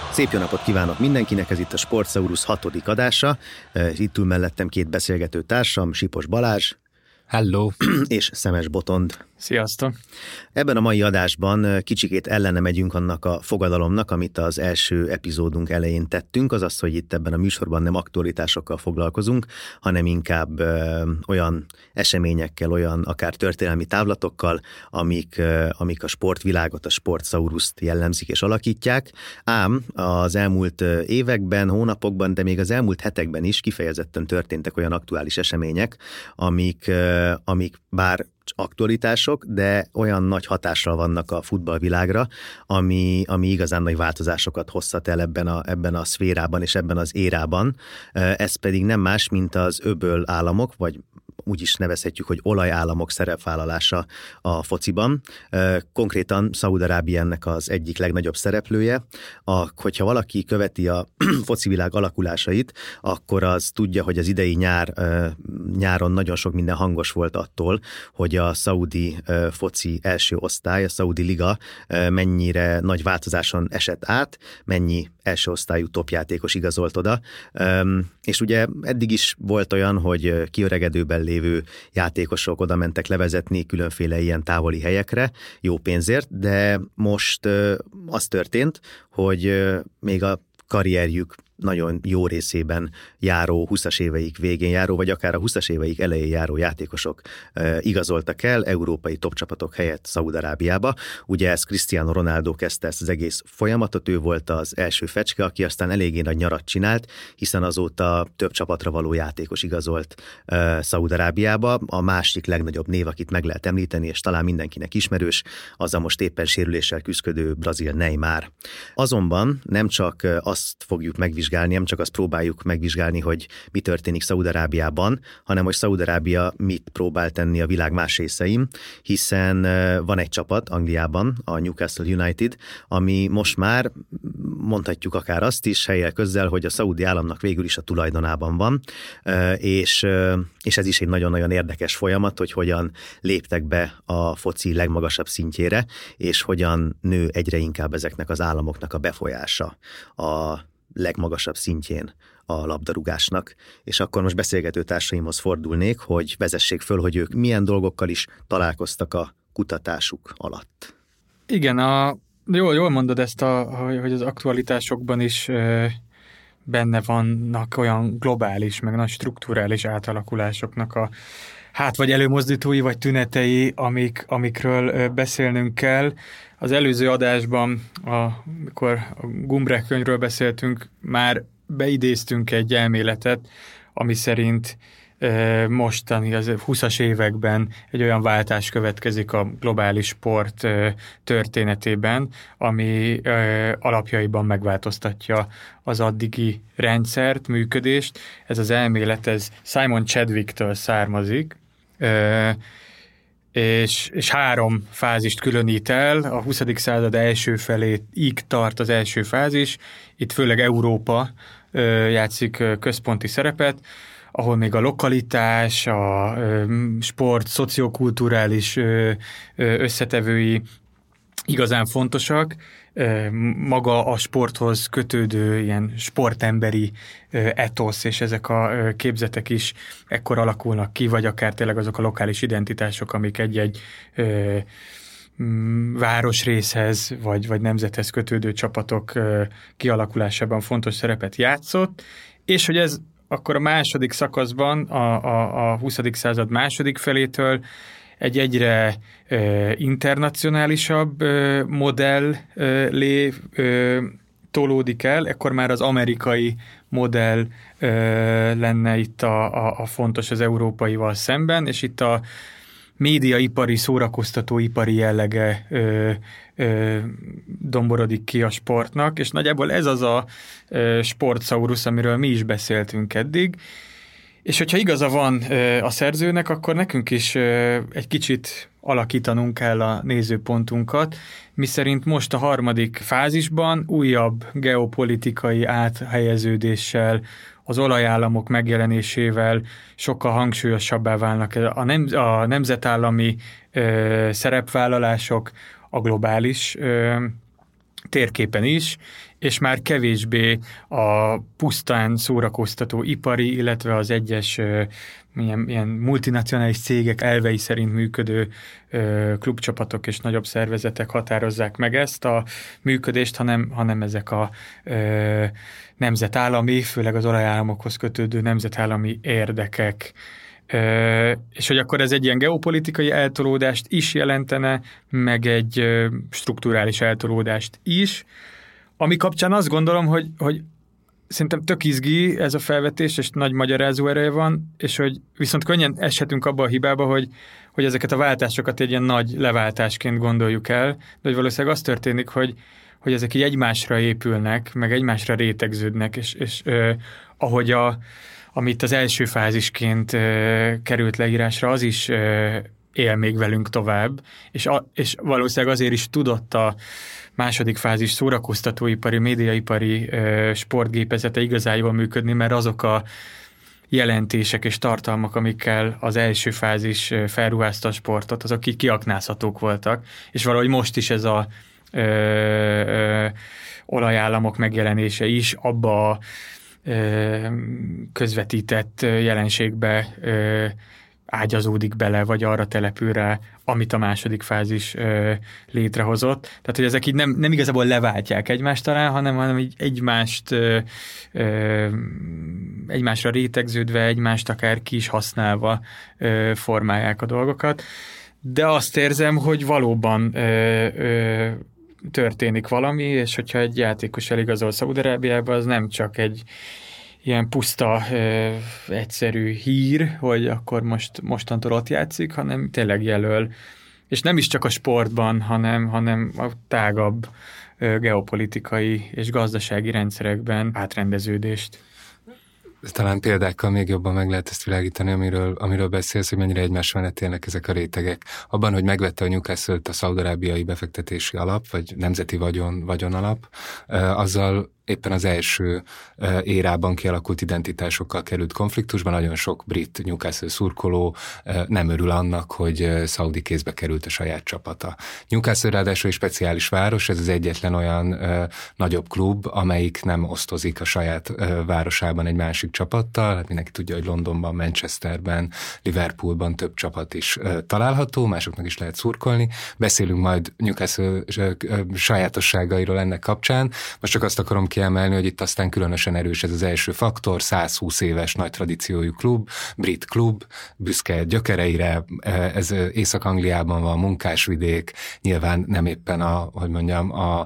Szép jó napot kívánok mindenkinek, ez itt a Sportsaurus 6. adása. Itt ül mellettem két beszélgető társam, Sipos Balázs. Hello! És Szemes Botond. Sziasztok! Ebben a mai adásban kicsikét ellene megyünk annak a fogadalomnak, amit az első epizódunk elején tettünk, azaz, hogy itt ebben a műsorban nem aktualitásokkal foglalkozunk, hanem inkább olyan eseményekkel, olyan akár történelmi távlatokkal, amik a sportvilágot, a Sportsaurust jellemzik és alakítják. Ám az elmúlt években, hónapokban, de még az elmúlt hetekben is kifejezetten történtek olyan aktuális események, amik bár aktualitások, de olyan nagy hatással vannak a futballvilágra, ami igazán nagy változásokat hozhat el ebben a szférában és ebben az érában. Ez pedig nem más, mint az öböl államok, vagy úgy is nevezhetjük, hogy olajállamok szerepvállalása a fociban. Konkrétan Szaúd-Arábia ennek az egyik legnagyobb szereplője. Hogyha valaki követi a focivilág alakulásait, akkor az tudja, hogy az idei nyáron nagyon sok minden hangos volt attól, hogy a szaudi foci első osztály, a Szaudi Liga mennyire nagy változáson esett át, mennyi első osztályú topjátékos igazolt oda. És ugye eddig is volt olyan, hogy kiöregedőben lévő játékosok oda mentek levezetni különféle ilyen távoli helyekre, jó pénzért, de most az történt, hogy még a karrierjük nagyon jó részében járó, 20-as éveik végén járó, vagy akár a 20-as éveik elején járó játékosok igazoltak el európai topcsapatok helyett Szaúd-Arábiába. Ugye ez Cristiano Ronaldo kezdte ezt az egész folyamatot, ő volt az első fecske, aki aztán eléggé nagy nyarat csinált, hiszen azóta több csapatra való játékos igazolt Szaúd-Arábiába. A másik legnagyobb név, akit meg lehet említeni, és talán mindenkinek ismerős, az a most éppen sérüléssel küzdő brazil Neymar. Azonban nem csak azt fogjuk megvizsgálni, nem csak azt próbáljuk megvizsgálni, hogy mi történik Szaúd-Arábiában, hanem hogy Szaúd-Arábia mit próbál tenni a világ más részein, hiszen van egy csapat Angliában, a Newcastle United, ami most már mondhatjuk akár azt is helyel közel, hogy a szaúdi államnak végül is a tulajdonában van, és ez is egy nagyon-nagyon érdekes folyamat, hogy hogyan léptek be a foci legmagasabb szintjére, és hogyan nő egyre inkább ezeknek az államoknak a befolyása a legmagasabb szintjén a labdarúgásnak. És akkor most beszélgető társaimhoz fordulnék, hogy vezessék föl, hogy ők milyen dolgokkal is találkoztak a kutatásuk alatt. Igen, jól mondod ezt, hogy az aktualitásokban is benne vannak olyan globális, meg nagy strukturális átalakulásoknak a vagy előmozdítói, vagy tünetei, amikről beszélnünk kell. Az előző adásban, amikor a Gumbrech könyvről beszéltünk, már beidéztünk egy elméletet, ami szerint mostani, az 20-as években egy olyan váltás következik a globális sport történetében, ami alapjaiban megváltoztatja az addigi rendszert, működést. Ez az elmélet, ez Simon Chadwicktől származik, és 3 fázist különít el. A 20. század első feléig tart az első fázis, itt főleg Európa játszik központi szerepet, ahol még a lokalitás, a sport, szociokulturális összetevői igazán fontosak. Maga a sporthoz kötődő ilyen sportemberi etosz, és ezek a képzetek is ekkor alakulnak ki, vagy akár tényleg azok a lokális identitások, amik egy-egy városrészhez, vagy nemzethez kötődő csapatok kialakulásában fontos szerepet játszott, és hogy ez akkor a második szakaszban, a 20. század második felétől egy egyre internacionálisabb modellé tolódik el, ekkor már az amerikai modell lenne itt a fontos az európaival szemben, és itt a médiaipari, szórakoztatóipari jellege domborodik ki a sportnak, és nagyjából ez az a Sportsaurus, amiről mi is beszéltünk eddig, és hogyha igaza van a szerzőnek, akkor nekünk is egy kicsit alakítanunk kell a nézőpontunkat, miszerint most a harmadik fázisban újabb geopolitikai áthelyeződéssel, az olajállamok megjelenésével sokkal hangsúlyosabbá válnak a nemzetállami szerepvállalások, a globális térképen is, és már kevésbé a pusztán szórakoztató ipari, illetve az egyes ilyen multinacionális cégek elvei szerint működő klubcsapatok és nagyobb szervezetek határozzák meg ezt a működést, hanem ezek a nemzetállami, főleg az olajállamokhoz kötődő nemzetállami érdekek. És hogy akkor ez egy ilyen geopolitikai eltolódást is jelentene, meg egy strukturális eltolódást is, ami kapcsán azt gondolom, hogy szerintem tök izgi ez a felvetés, és nagy magyarázó ereje van, és hogy viszont könnyen eshetünk abba a hibába, hogy ezeket a váltásokat egy ilyen nagy leváltásként gondoljuk el, de hogy valószínűleg az történik, hogy ezek így egymásra épülnek, meg egymásra rétegződnek, és ahogy amit az első fázisként került leírásra, az is él még velünk tovább, és valószínűleg azért is tudott a második fázis szórakoztatóipari, médiaipari sportgépezete igazán jól működni, mert azok a jelentések és tartalmak, amikkel az első fázis felruházta a sportot, azok így kiaknázhatók voltak, és valahogy most is ez a olajállamok megjelenése is abba a közvetített jelenségbe ágyazódik bele, vagy arra települ rá, amit a második fázis létrehozott. Tehát, hogy ezek így nem igazából leváltják egymást talán, hanem így egymásra rétegződve, egymást akár ki is használva formálják a dolgokat. De azt érzem, hogy valóban történik valami, és hogyha egy játékos eligazol Szaúd-Arábiába, az nem csak egy ilyen puszta, egyszerű hír, hogy akkor mostantól ott játszik, hanem tényleg jelöl. És nem is csak a sportban, hanem a tágabb geopolitikai és gazdasági rendszerekben átrendeződést. Talán példákkal még jobban meg lehet ezt világítani, amiről beszélsz, hogy mennyire egymás mellett élnek ezek a rétegek. Abban, hogy megvette a Newcastle-t a szaúd-arábiai befektetési alap, vagy nemzeti vagyonalap, azzal éppen az első érában kialakult identitásokkal került konfliktusban. Nagyon sok brit Newcastle szurkoló nem örül annak, hogy szaudi kézbe került a saját csapata. Newcastle ráadásul egy speciális város, ez az egyetlen olyan nagyobb klub, amelyik nem osztozik a saját városában egy másik csapattal. Hát mindenki tudja, hogy Londonban, Manchesterben, Liverpoolban több csapat is található, másoknak is lehet szurkolni. Beszélünk majd Newcastle sajátosságairól ennek kapcsán. Most csak azt akarom kiemelni, hogy itt aztán különösen erős ez az első faktor, 120 éves nagy tradíciójú klub, brit klub, büszke gyökereire, ez Észak-Angliában van, munkásvidék, nyilván nem éppen a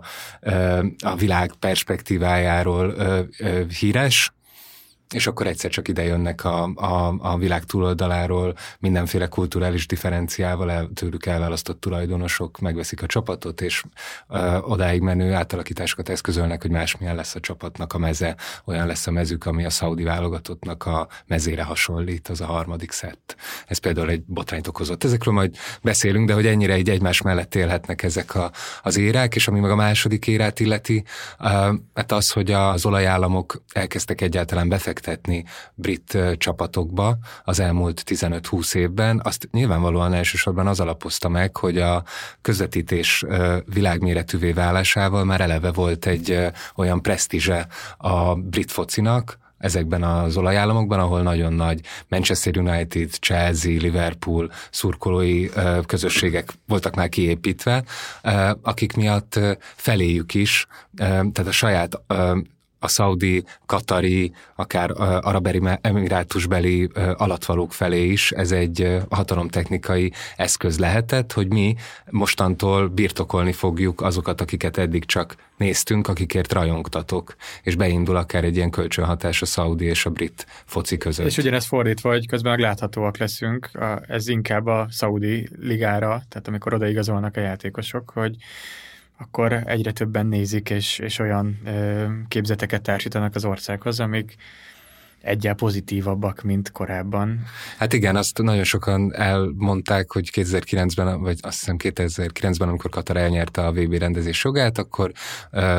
világ perspektívájáról híres, és akkor egyszer csak ide jönnek a világ túloldaláról mindenféle kulturális differenciával tőlük elválasztott tulajdonosok, megveszik a csapatot, és odáig menő átalakításokat eszközölnek, hogy másmilyen lesz a csapatnak a meze, olyan lesz a mezük, ami a szaudi válogatottnak a mezére hasonlít, az a harmadik szett. Ez például egy botrányt okozott. Ezekről majd beszélünk, de hogy ennyire így egymás mellett élhetnek ezek az érák, és ami meg a második érát illeti, hát az, hogy az olajállamok elkezdtek egyáltalán befektetni brit csapatokba az elmúlt 15-20 évben, azt nyilvánvalóan elsősorban az alapozta meg, hogy a közvetítés világméretűvé válásával már eleve volt egy olyan presztízse a brit focinak, ezekben az olajállamokban, ahol nagyon nagy Manchester United, Chelsea, Liverpool szurkolói közösségek voltak már kiépítve, akik miatt feléjük is, tehát a saját a szaudi, katari, akár arab emirátusbeli alattvalók felé is ez egy hatalomtechnikai eszköz lehetett, hogy mi mostantól birtokolni fogjuk azokat, akiket eddig csak néztünk, akikért rajongtatok, és beindul akár egy ilyen kölcsönhatás a szaudi és a brit foci között. És ugyanez fordítva, hogy közben megláthatóak leszünk, ez inkább a szaudi ligára, tehát amikor odaigazolnak a játékosok, hogy akkor egyre többen nézik, és olyan képzeteket társítanak az országhoz, amik egyel pozitívabbak, mint korábban. Hát igen, azt nagyon sokan elmondták, hogy 2009-ben, vagy azt hiszem 2009-ben, amikor Katar elnyerte a VB rendezés jogát, akkor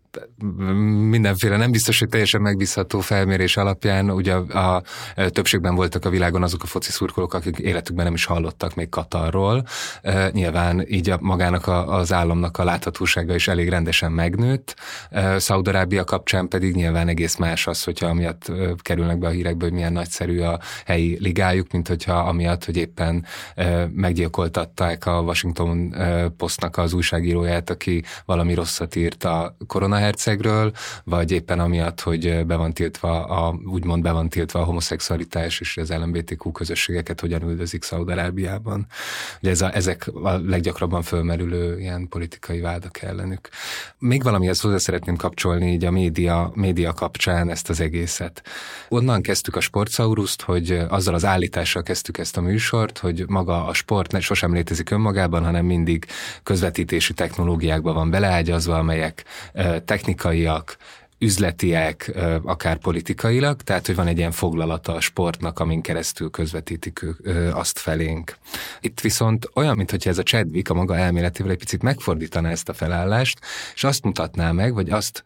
mindenféle nem biztos, hogy teljesen megbízható felmérés alapján ugye a többségben voltak a világon azok a foci szurkolók, akik életükben nem is hallottak még Katarról. Nyilván így magának az államnak a láthatósága is elég rendesen megnőtt. Szaúd-Arábia kapcsán pedig nyilván egész más az, hogyha amiatt kerülnek be a hírekbe, hogy milyen nagyszerű a helyi ligájuk, mint hogyha amiatt, hogy éppen meggyilkoltatták a Washington Postnak az újságíróját, aki valami rosszat írt a koronahercegről, vagy éppen amiatt, hogy úgymond be van tiltva a homoszexualitás és az LMBTQ közösségeket hogyan üldözik Szaúd-Arábiában. Ugye ezek a leggyakrabban fölmerülő ilyen politikai vádak ellenük. Még valamihez hozzá szeretném kapcsolni így a média kapcsán ezt az egészet. Onnan kezdtük a Sportsauruszt, hogy azzal az állítással kezdtük ezt a műsort, hogy maga a sport sosem létezik önmagában, hanem mindig közvetítési technológiákba van beleágyazva, amelyek technikaiak, üzletiek, akár politikailag, tehát hogy van egy ilyen foglalata a sportnak, amin keresztül közvetítik azt felénk. Itt viszont olyan, mintha ez a Chadwick a maga elméletével egy picit megfordítaná ezt a felállást, és azt mutatná meg, vagy azt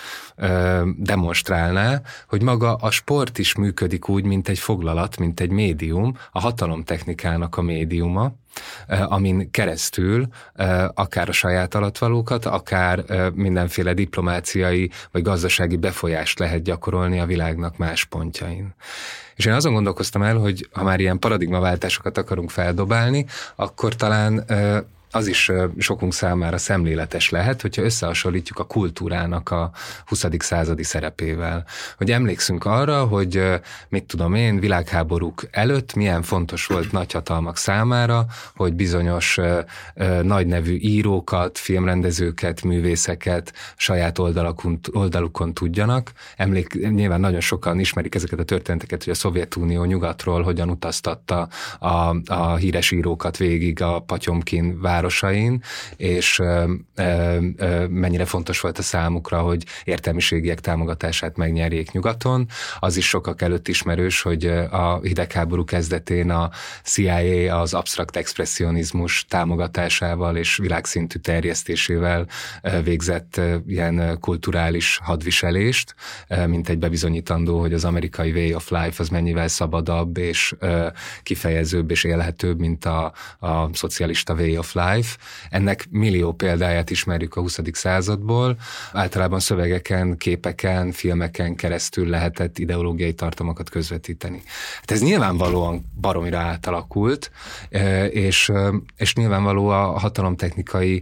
demonstrálná, hogy maga a sport is működik úgy, mint egy foglalat, mint egy médium, a hatalomtechnikának a médiuma, amin keresztül akár a saját alattvalókat, akár mindenféle diplomáciai vagy gazdasági befolyást lehet gyakorolni a világnak más pontjain. És én azon gondolkoztam el, hogy ha már ilyen paradigmaváltásokat akarunk feldobálni, akkor talán az is sokunk számára szemléletes lehet, hogyha összehasonlítjuk a kultúrának a 20. századi szerepével. Hogy emlékszünk arra, hogy mit tudom én, világháborúk előtt milyen fontos volt nagyhatalmak számára, hogy bizonyos nagynevű írókat, filmrendezőket, művészeket saját oldalukon tudjanak. Nyilván nagyon sokan ismerik ezeket a történeteket, hogy a Szovjetunió nyugatról hogyan utaztatta a híres írókat végig a Potyomkin városain, és mennyire fontos volt a számukra, hogy értelmiségiek támogatását megnyerjék nyugaton. Az is sokak előtt ismerős, hogy a hidegháború kezdetén a CIA az absztrakt expresszionizmus támogatásával és világszintű terjesztésével végzett ilyen kulturális hadviselést, mint egy bebizonyítandó, hogy az amerikai way of life az mennyivel szabadabb és kifejezőbb és élhetőbb, mint a szocialista way of life. Ennek millió példáját ismerjük a 20. századból. Általában szövegeken, képeken, filmeken keresztül lehetett ideológiai tartalmakat közvetíteni. Hát ez nyilvánvalóan baromira átalakult, és nyilvánvaló a hatalomtechnikai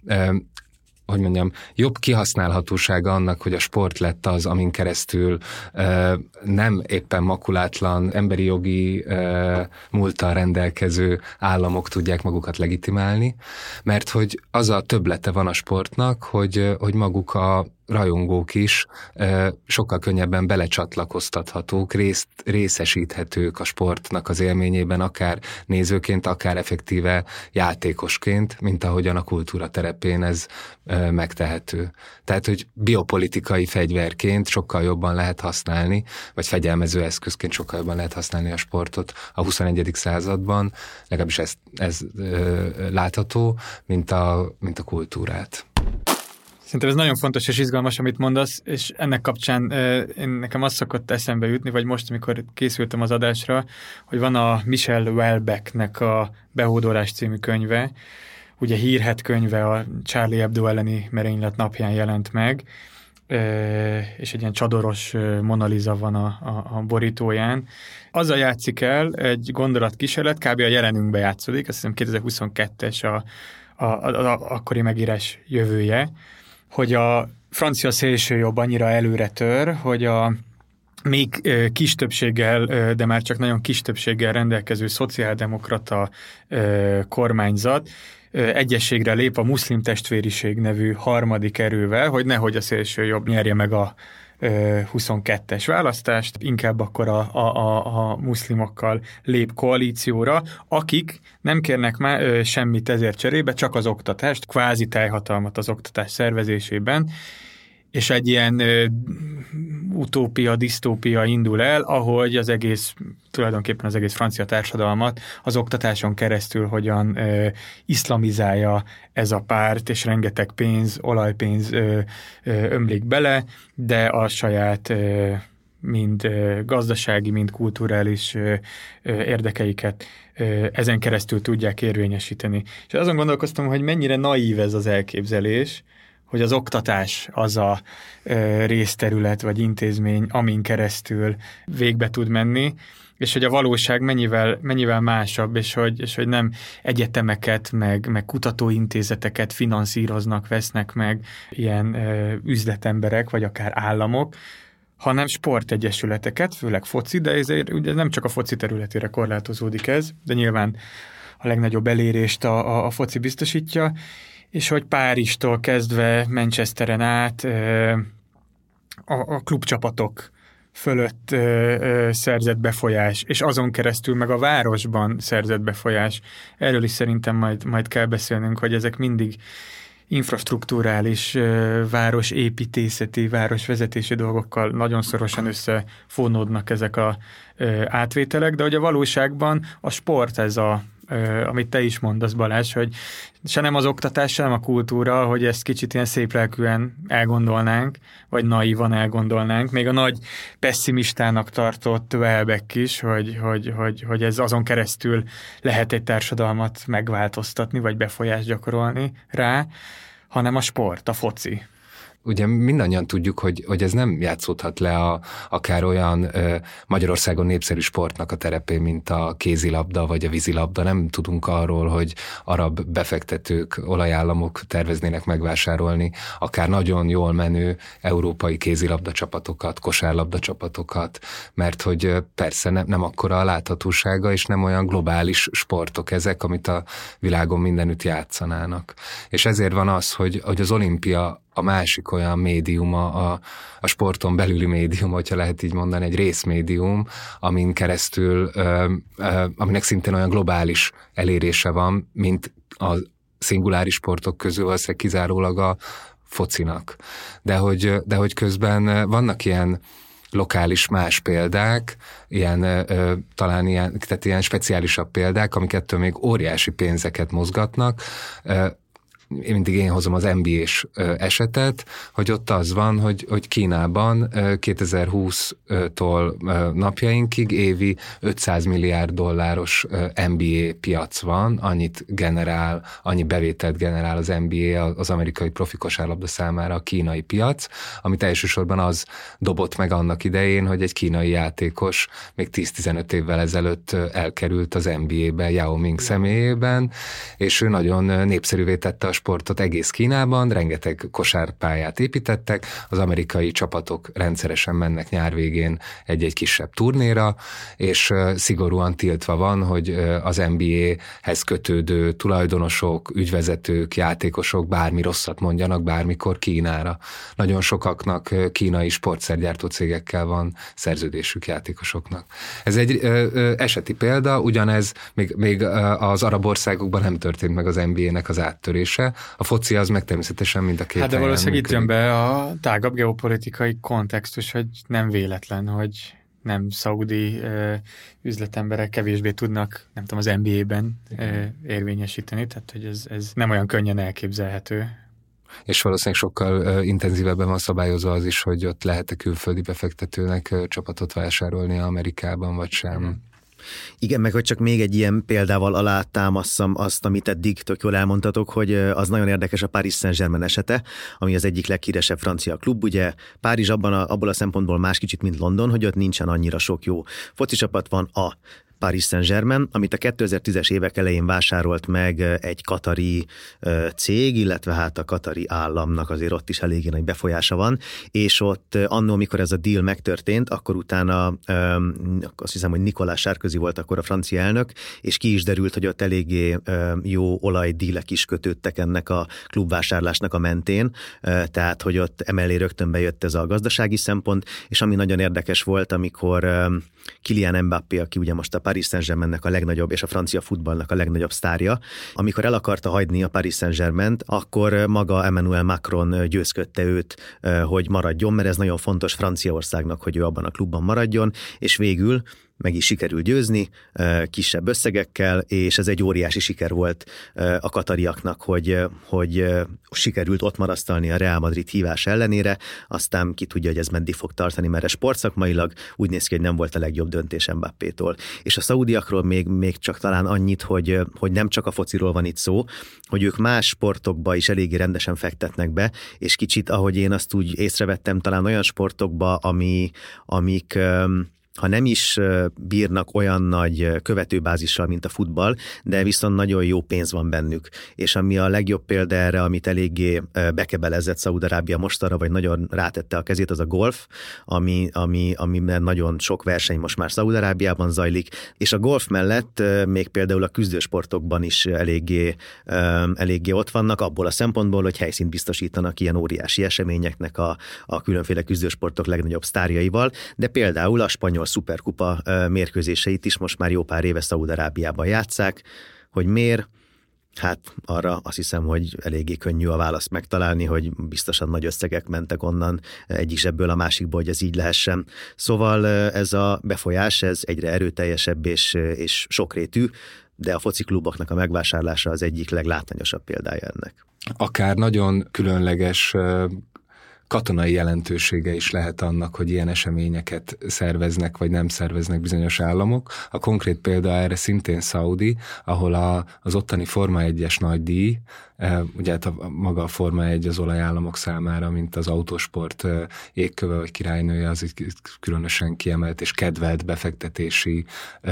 jobb kihasználhatósága annak, hogy a sport lett az, amin keresztül nem éppen makulátlan, emberi jogi múlttal rendelkező államok tudják magukat legitimálni, mert hogy az a többlete van a sportnak, hogy maguk a rajongók is sokkal könnyebben belecsatlakoztathatók, részesíthetők a sportnak az élményében, akár nézőként, akár effektíve játékosként, mint ahogyan a kultúra terepén ez megtehető. Tehát, hogy biopolitikai fegyverként sokkal jobban lehet használni, vagy fegyelmező eszközként sokkal jobban lehet használni a sportot a 21. században, legalábbis ez látható, mint a kultúrát. Szerintem ez nagyon fontos és izgalmas, amit mondasz, és ennek kapcsán nekem az szokott eszembe jutni, vagy most, amikor készültem az adásra, hogy van a Michel Houellebecqnek a Behódolás című könyve, ugye hírhedt könyve a Charlie Hebdo elleni merénylet napján jelent meg, és egy ilyen csadoros Mona Lisa van a borítóján. Azzal játszik el egy gondolatkísérlet, kb. A jelenünkbe játszódik, azt hiszem 2022-es a akkori megírás jövője, hogy a francia szélsőjobb annyira előre tör, hogy a még kis többséggel, de már csak nagyon kis többséggel rendelkező szociáldemokrata kormányzat egyességre lép a muszlim testvériség nevű harmadik erővel, hogy nehogy a szélsőjobb nyerje meg a 22-es választást, inkább akkor a muszlimokkal lép koalícióra, akik nem kérnek már semmit ezért cserébe, csak az oktatást, kvázi teljhatalmat az oktatás szervezésében, és egy ilyen utópia, disztópia indul el, ahogy tulajdonképpen az egész francia társadalmat az oktatáson keresztül hogyan iszlamizálja ez a párt, és rengeteg olajpénz ömlik bele, de a saját mind gazdasági, mind kulturális érdekeiket ezen keresztül tudják érvényesíteni. És azon gondolkoztam, hogy mennyire naív ez az elképzelés, hogy az oktatás az a részterület vagy intézmény, amin keresztül végbe tud menni, és hogy a valóság mennyivel másabb, és hogy nem egyetemeket, meg kutatóintézeteket finanszíroznak, vesznek meg ilyen üzletemberek, vagy akár államok, hanem sportegyesületeket, főleg foci, de ez ugye nem csak a foci területére korlátozódik ez, de nyilván a legnagyobb elérést a foci biztosítja, és hogy Párizstól kezdve Manchesteren át a klubcsapatok fölött szerzett befolyás, és azon keresztül meg a városban szerzett befolyás. Erről is szerintem majd kell beszélnünk, hogy ezek mindig infrastrukturális, városépítészeti, városvezetési dolgokkal nagyon szorosan összefonódnak ezek a átvételek, de hogy a valóságban a sport ez amit te is mondasz, Balázs, hogy se nem az oktatás, se nem a kultúra, hogy ezt kicsit ilyen széplelkűen elgondolnánk, vagy naívan elgondolnánk. Még a nagy pessimistának tartott Welbeck is, hogy ez azon keresztül lehet egy társadalmat megváltoztatni, vagy befolyást gyakorolni rá, hanem a sport, a foci. Ugye mindannyian tudjuk, hogy ez nem játszódhat le akár olyan Magyarországon népszerű sportnak a terepén, mint a kézilabda vagy a vízilabda. Nem tudunk arról, hogy arab befektetők, olajállamok terveznének megvásárolni akár nagyon jól menő európai kézilabda csapatokat, kosárlabda csapatokat, mert hogy persze nem akkora a láthatósága, és nem olyan globális sportok ezek, amit a világon mindenütt játszanának. És ezért van az, hogy az olimpia a másik olyan médium, a sporton belüli médium, hogyha lehet így mondani, egy részmédium, amin keresztül, aminek szintén olyan globális elérése van, mint a szinguláris sportok közül valószínűleg kizárólag a focinak. De hogy közben vannak ilyen lokális más példák, talán ilyen speciálisabb példák, amik ettől még óriási pénzeket mozgatnak. Én hozom az NBA-s esetet, hogy ott az van, hogy Kínában 2020-tól napjainkig évi $500 milliárd NBA piac van, annyi bevételt generál az NBA az amerikai profi kosárlabda számára a kínai piac, amit elsősorban az dobott meg annak idején, hogy egy kínai játékos még 10-15 évvel ezelőtt elkerült az NBA-be Yao Ming személyében, és ő nagyon népszerűvé tette a sportot egész Kínában, rengeteg kosárpályát építettek, az amerikai csapatok rendszeresen mennek nyár végén egy-egy kisebb turnéra, és szigorúan tiltva van, hogy az NBA-hez kötődő tulajdonosok, ügyvezetők, játékosok bármi rosszat mondjanak bármikor Kínára. Nagyon sokaknak kínai sportszergyártó cégekkel van szerződésük játékosoknak. Ez egy eseti példa, ugyanez még az arab országokban nem történt meg az NBA-nek az áttörése. A foci az meg természetesen mind a két Hát de valószínűleg itt jön be a tágabb geopolitikai kontextus, hogy nem véletlen, hogy nem szaudi üzletemberek kevésbé tudnak, nem tudom, az NBA-ben érvényesíteni, tehát hogy ez nem olyan könnyen elképzelhető. És valószínűleg sokkal intenzívebben van szabályozva az is, hogy ott lehet-e külföldi befektetőnek csapatot vásárolni Amerikában, vagy sem. Igen, meg hogy csak még egy ilyen példával alátámasszam azt, amit eddig tök jól elmondtatok, hogy az nagyon érdekes a Paris Saint-Germain esete, ami az egyik leghíresebb francia klub. Ugye Párizs abból a szempontból más kicsit, mint London, hogy ott nincsen annyira sok jó foci csapat, van a Paris Saint-Germain, amit a 2010-es évek elején vásárolt meg egy katari cég, illetve hát a katari államnak azért ott is eléggé nagy befolyása van, és ott annó, mikor ez a deal megtörtént, akkor utána azt hiszem, hogy Nicolas Sarkozy volt akkor a francia elnök, és ki is derült, hogy ott eléggé jó olajdílek is kötődtek ennek a klubvásárlásnak a mentén, tehát hogy ott emellé rögtön bejött ez a gazdasági szempont, és ami nagyon érdekes volt, amikor Kylian Mbappé, aki ugye most a Paris Saint-Germainnek a legnagyobb, és a francia futballnak a legnagyobb sztárja. Amikor el akarta hagyni a Paris Saint-Germaint, akkor maga Emmanuel Macron győzködte őt, hogy maradjon, mert ez nagyon fontos Franciaországnak, hogy ő abban a klubban maradjon, és végül meg is sikerült győzni, kisebb összegekkel, és ez egy óriási siker volt a katariaknak, hogy sikerült ott marasztalni a Real Madrid hívás ellenére, aztán ki tudja, hogy ez meddig fog tartani, mert sportszakmailag úgy néz ki, hogy nem volt a legjobb döntés Mbappétól. És a szaudiakról még csak talán annyit, hogy nem csak a fociról van itt szó, hogy ők más sportokba is eléggé rendesen fektetnek be, és kicsit, ahogy én azt úgy észrevettem, talán olyan sportokba, amik ha nem is bírnak olyan nagy követőbázissal, mint a futball, de viszont nagyon jó pénz van bennük. És ami a legjobb példa erre, amit bekebelezett Szaúd-Arábia mostanra, vagy nagyon rátette a kezét, az a golf, amiben nagyon sok verseny most már Szaúd-Arábiában zajlik, és a golf mellett még például a küzdősportokban is eléggé ott vannak, abból a szempontból, hogy helyszínt biztosítanak ilyen óriási eseményeknek a különféle küzdősportok legnagyobb sztárjaival, de például a spanyol szuperkupa mérkőzéseit is most már jó pár éve Szaúd-Arábiában játsszák. Hogy miért? Hát arra azt hiszem, hogy eléggé könnyű a választ megtalálni, hogy biztosan nagy összegek mentek onnan egyik zsebből a másikból, hogy ez így lehessen. Szóval ez a befolyás, ez egyre erőteljesebb és sokrétű, de a focikluboknak a megvásárlása az egyik leglátványosabb példája ennek. Akár nagyon különleges katonai jelentősége is lehet annak, hogy ilyen eseményeket szerveznek, vagy nem szerveznek bizonyos államok. A konkrét példa erre szintén Szaudi, ahol az ottani Forma 1-es nagy díj, ugye hát maga a Forma 1 az olajállamok számára, mint az autósport égköve vagy királynője, az egy különösen kiemelt és kedvelt befektetési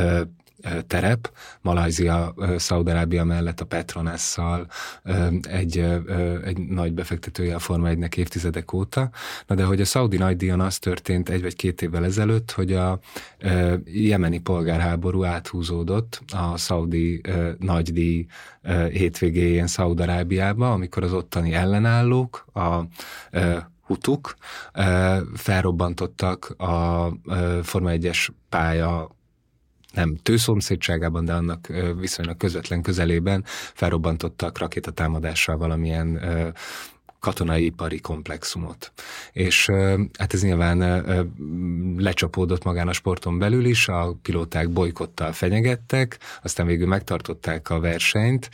terep. Malajzia, Szaúd-Arábia mellett a Petronasszal egy nagy befektetője a Forma 1-nek évtizedek óta. Na de hogy a szaudi nagydíjon az történt 1 vagy 2 évvel ezelőtt, hogy a jemeni polgárháború áthúzódott a szaudi nagydíj hétvégéjén Szaúd-Arábiába, amikor az ottani ellenállók, a hutuk felrobbantottak a Forma 1-es pálya nem tőszomszédságában, de annak viszonylag közvetlen közelében felrobbantottak rakétatámadással valamilyen katonai ipari komplexumot. És hát ez nyilván lecsapódott magán a sporton belül is, a pilóták bojkottal fenyegettek, aztán végül megtartották a versenyt,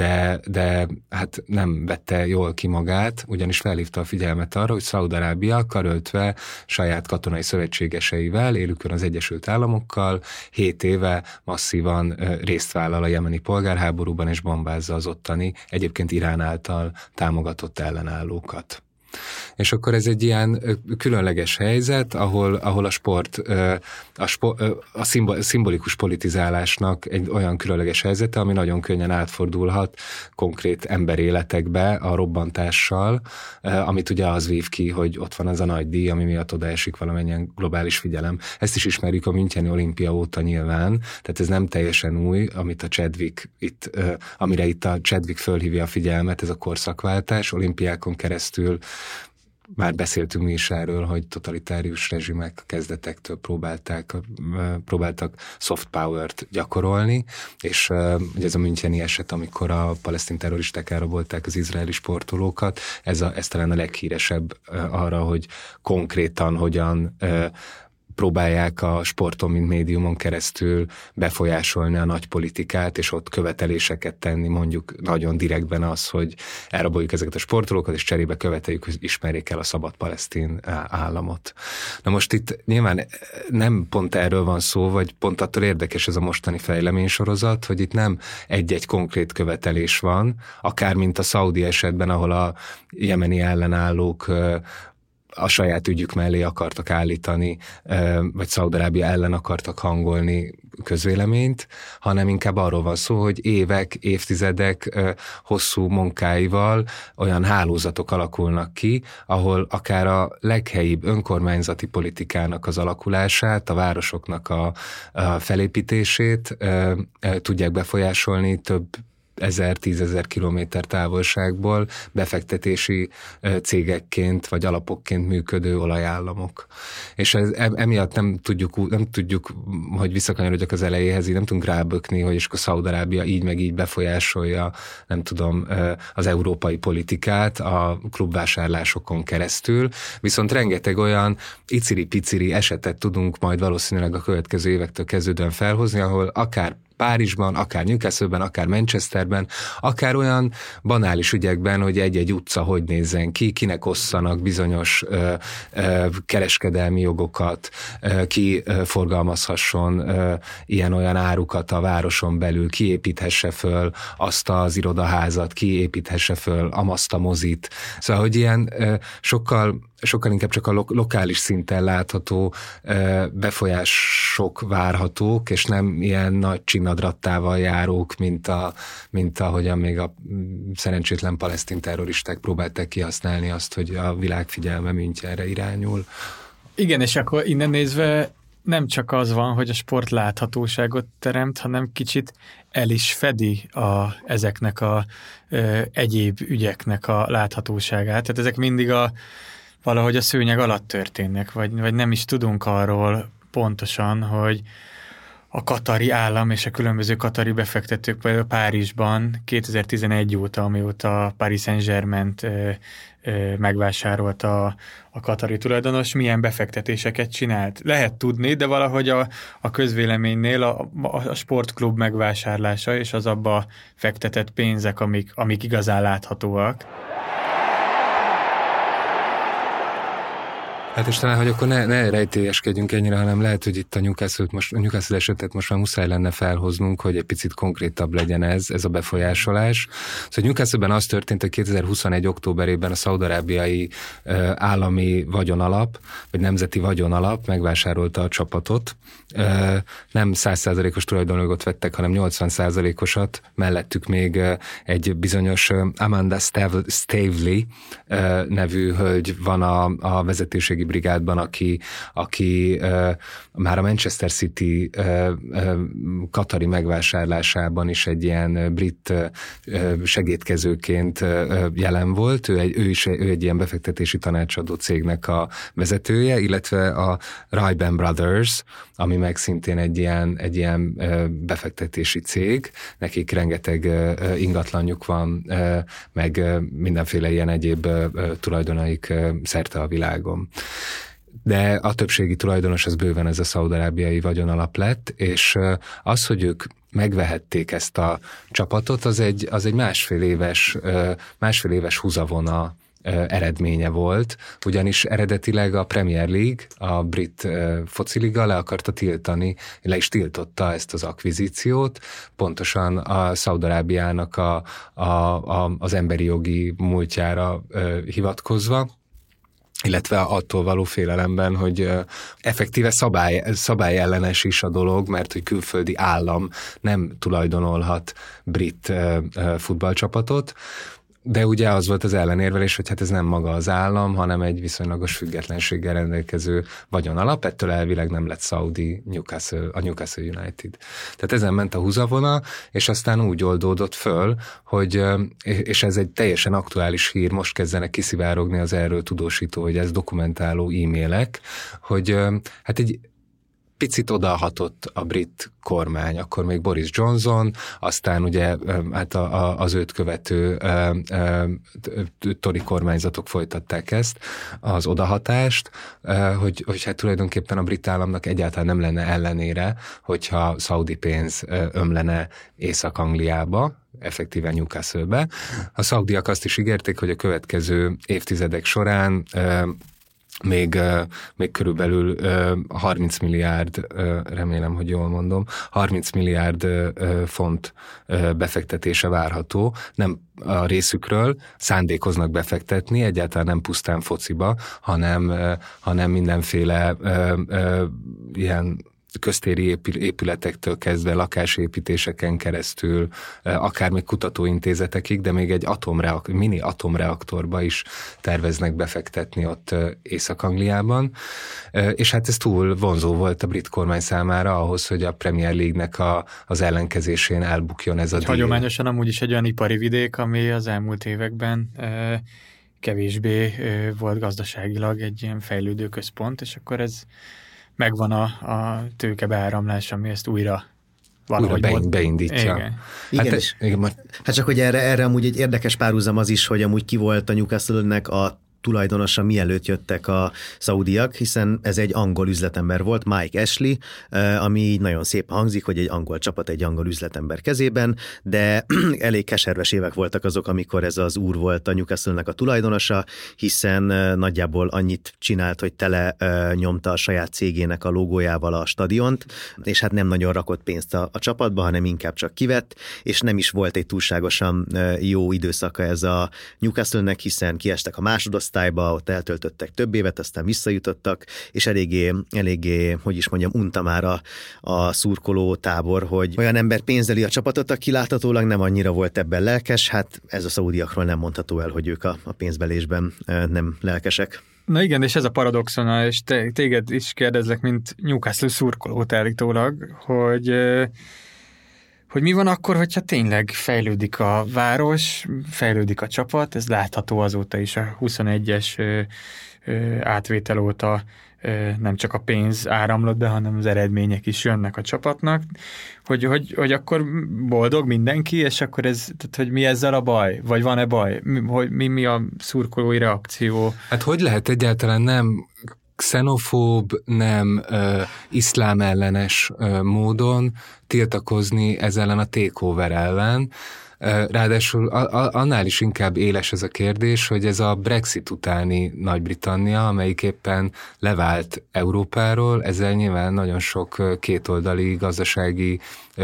de hát nem vette jól ki magát, ugyanis felhívta a figyelmet arra, hogy Szaúd-Arábia karöltve saját katonai szövetségeseivel, élükön az Egyesült Államokkal 7 éve masszívan részt vállal a jemeni polgárháborúban, és bombázza az ottani, egyébként Irán által támogatott ellenállókat. És akkor ez egy ilyen különleges helyzet, ahol a sport, a szimbolikus politizálásnak egy olyan különleges helyzete, ami nagyon könnyen átfordulhat konkrét emberéletekbe a robbantással, amit ugye az vív ki, hogy ott van az a nagy díj, ami miatt odaesik valamennyien globális figyelem. Ezt is ismerjük a Müncheni olimpia óta nyilván, tehát ez nem teljesen új, amire itt a Chadwick fölhívja a figyelmet, ez a korszakváltás, olimpiákon keresztül. Már beszéltünk mi is erről, hogy totalitárius rezsimek kezdetektől próbáltak soft power-t gyakorolni, és ugye ez a müncheni eset, amikor a palesztin terroristák elrabolták az izraeli sportolókat, ez talán a leghíresebb arra, hogy konkrétan hogyan próbálják a sporton, mint médiumon keresztül befolyásolni a nagy politikát, és ott követeléseket tenni, mondjuk nagyon direktben az, hogy elraboljuk ezeket a sportolókat, és cserébe követeljük, hogy ismerjék el a szabad palesztin államot. Na most itt nyilván nem pont erről van szó, vagy pont attól érdekes ez a mostani fejleménysorozat, hogy itt nem egy-egy konkrét követelés van, akár mint a szaudi esetben, ahol a jemeni ellenállók a saját ügyük mellé akartak állítani, vagy Szaúd-Arábia ellen akartak hangolni közvéleményt, hanem inkább arról van szó, hogy évek, évtizedek hosszú munkáival olyan hálózatok alakulnak ki, ahol akár a leghelyibb önkormányzati politikának az alakulását, a városoknak a felépítését tudják befolyásolni több 1000-10 000 kilométer távolságból befektetési cégekként vagy alapokként működő olajállamok. És emiatt nem tudjuk, hogy visszakanyarodjak az elejéhez, így nem tudunk rábökni, hogy és akkor Szaúd-Arábia így meg így befolyásolja, nem tudom, az európai politikát a klubvásárlásokon keresztül, viszont rengeteg olyan iciri-piciri esetet tudunk majd valószínűleg a következő évektől kezdődően felhozni, ahol akár Párizsban, akár Newcastle-ben, akár Manchesterben, akár olyan banális ügyekben, hogy egy-egy utca hogy nézzen ki, kinek osszanak bizonyos kereskedelmi jogokat, ki forgalmazhasson ilyen-olyan árukat a városon belül, ki építhesse föl azt az irodaházat, ki építhesse föl azt a mozit. Szóval, hogy ilyen sokkal inkább csak a lokális szinten látható befolyások várhatók, és nem ilyen nagy csinnadrattával járók, mint ahogyan még a szerencsétlen palesztin terroristák próbálták kihasználni azt, hogy a világ figyelme Münchenre irányul. Igen, és akkor innen nézve nem csak az van, hogy a sport láthatóságot teremt, hanem kicsit el is fedi ezeknek a egyéb ügyeknek a láthatóságát. Tehát ezek mindig valahogy a szőnyeg alatt történnek, vagy nem is tudunk arról pontosan, hogy a katari állam és a különböző katari befektetők, például Párizsban 2011 óta, amióta Paris Saint-Germaint megvásárolta a katari tulajdonos, milyen befektetéseket csinált. Lehet tudni, de valahogy a közvéleménynél a sportklub megvásárlása és az abba fektetett pénzek, amik igazán láthatóak. Hát és talán, hogy akkor ne rejtélyeskedjünk ennyire, hanem lehet, hogy itt a Newcastle esetet most már muszáj lenne felhoznunk, hogy egy picit konkrétabb legyen ez a befolyásolás. Szóval Newcastle-ben az történt, hogy 2021. októberében a szaúd-arábiai állami vagyonalap, vagy nemzeti vagyonalap megvásárolta a csapatot. Nem 100%-os tulajdonjogot vettek, hanem 80%-osat, mellettük még egy bizonyos Amanda Stavely nevű hölgy van a vezetőségi brigádban, aki már a Manchester City katari megvásárlásában is egy ilyen brit segédkezőként jelen volt. Ő egy ilyen befektetési tanácsadó cégnek a vezetője, illetve a Reiben Brothers, ami meg szintén egy ilyen befektetési cég. Nekik rengeteg ingatlanjuk van, meg mindenféle ilyen egyéb tulajdonaik szerte a világon. De a többségi tulajdonos az bőven ez a szaúd-arábiai vagyonalap lett, és az, hogy ők megvehették ezt a csapatot, az egy másfél éves húzavona eredménye volt, ugyanis eredetileg a Premier League, a brit fociliga le is tiltotta ezt az akvizíciót, pontosan a Szaúd-Arábiának az emberi jogi múltjára hivatkozva, illetve attól való félelemben, hogy effektíve szabályellenes is a dolog, mert hogy külföldi állam nem tulajdonolhat brit futballcsapatot, de ugye az volt az ellenérvelés, hogy hát ez nem maga az állam, hanem egy viszonylagos függetlenséggel rendelkező vagyonalap, ettől elvileg nem lett szaudi a Newcastle United. Tehát ezen ment a húzavona, és aztán úgy oldódott föl, hogy, és ez egy teljesen aktuális hír, most kezdenek kiszivárogni az erről tudósító, hogy ez dokumentáló e-mailek, hogy hát egy picit odahatott a brit kormány, akkor még Boris Johnson, aztán ugye hát az őt követő Tory kormányzatok folytatták ezt, az odahatást, hogy hát tulajdonképpen a brit államnak egyáltalán nem lenne ellenére, hogyha szaudi pénz ömlene Észak-Angliába, effektíven Newcastle-be. A szaudiak azt is ígérték, hogy a következő évtizedek során még körülbelül 30 milliárd, remélem, hogy jól mondom, 30 milliárd font befektetése várható, nem a részükről szándékoznak befektetni, egyáltalán nem pusztán fociba, hanem mindenféle ilyen köztéri épületektől kezdve lakásépítéseken keresztül, akár még kutatóintézetekig, de még egy mini atomreaktorba is terveznek befektetni ott Észak-Angliában. És hát ez túl vonzó volt a brit kormány számára ahhoz, hogy a Premier League-nek az ellenkezésén elbukjon ez a díj. Hagyományosan amúgy is egy olyan ipari vidék, ami az elmúlt években kevésbé volt gazdaságilag egy ilyen fejlődő központ, és akkor ez megvan a tőke beáramlás, ami ezt újra beindítja. Igen. Hát csak, hogy erre amúgy egy érdekes párhuzam az is, hogy amúgy ki volt a Newcastle-nek a tulajdonosa, mielőtt jöttek a szaudiak, hiszen ez egy angol üzletember volt, Mike Ashley, ami így nagyon szép hangzik, hogy egy angol csapat egy angol üzletember kezében, de elég keserves évek voltak azok, amikor ez az úr volt a Newcastle-nek a tulajdonosa, hiszen nagyjából annyit csinált, hogy tele nyomta a saját cégének a logójával a stadiont, és hát nem nagyon rakott pénzt a csapatba, hanem inkább csak kivett, és nem is volt egy túlságosan jó időszaka ez a Newcastle-nek, hiszen kiestek a másodosztályba, ott eltöltöttek több évet, aztán visszajutottak, és eléggé, hogy is mondjam, unta már a szurkoló tábor, hogy olyan ember pénzeli a csapatot, aki láthatólag nem annyira volt ebben lelkes, hát ez a szaudiakról nem mondható el, hogy ők a pénzbelésben nem lelkesek. Na igen, és ez a paradoxona, és téged is kérdezlek, mint Newcastle szurkolót állítólag, hogy mi van akkor, hogyha tényleg fejlődik a város, fejlődik a csapat, ez látható azóta is a 21-es átvétel óta nem csak a pénz áramlott be, hanem az eredmények is jönnek a csapatnak, hogy akkor boldog mindenki, és akkor tehát, hogy mi ezzel a baj? Vagy van-e baj? Mi a szurkolói reakció? Hát hogy lehet egyáltalán nem xenofób, nem iszlám ellenes módon tiltakozni ez ellen a takeover ellen. Ráadásul annál is inkább éles ez a kérdés, hogy ez a Brexit utáni Nagy-Britannia, amelyik éppen levált Európáról, ezzel nyilván nagyon sok kétoldali gazdasági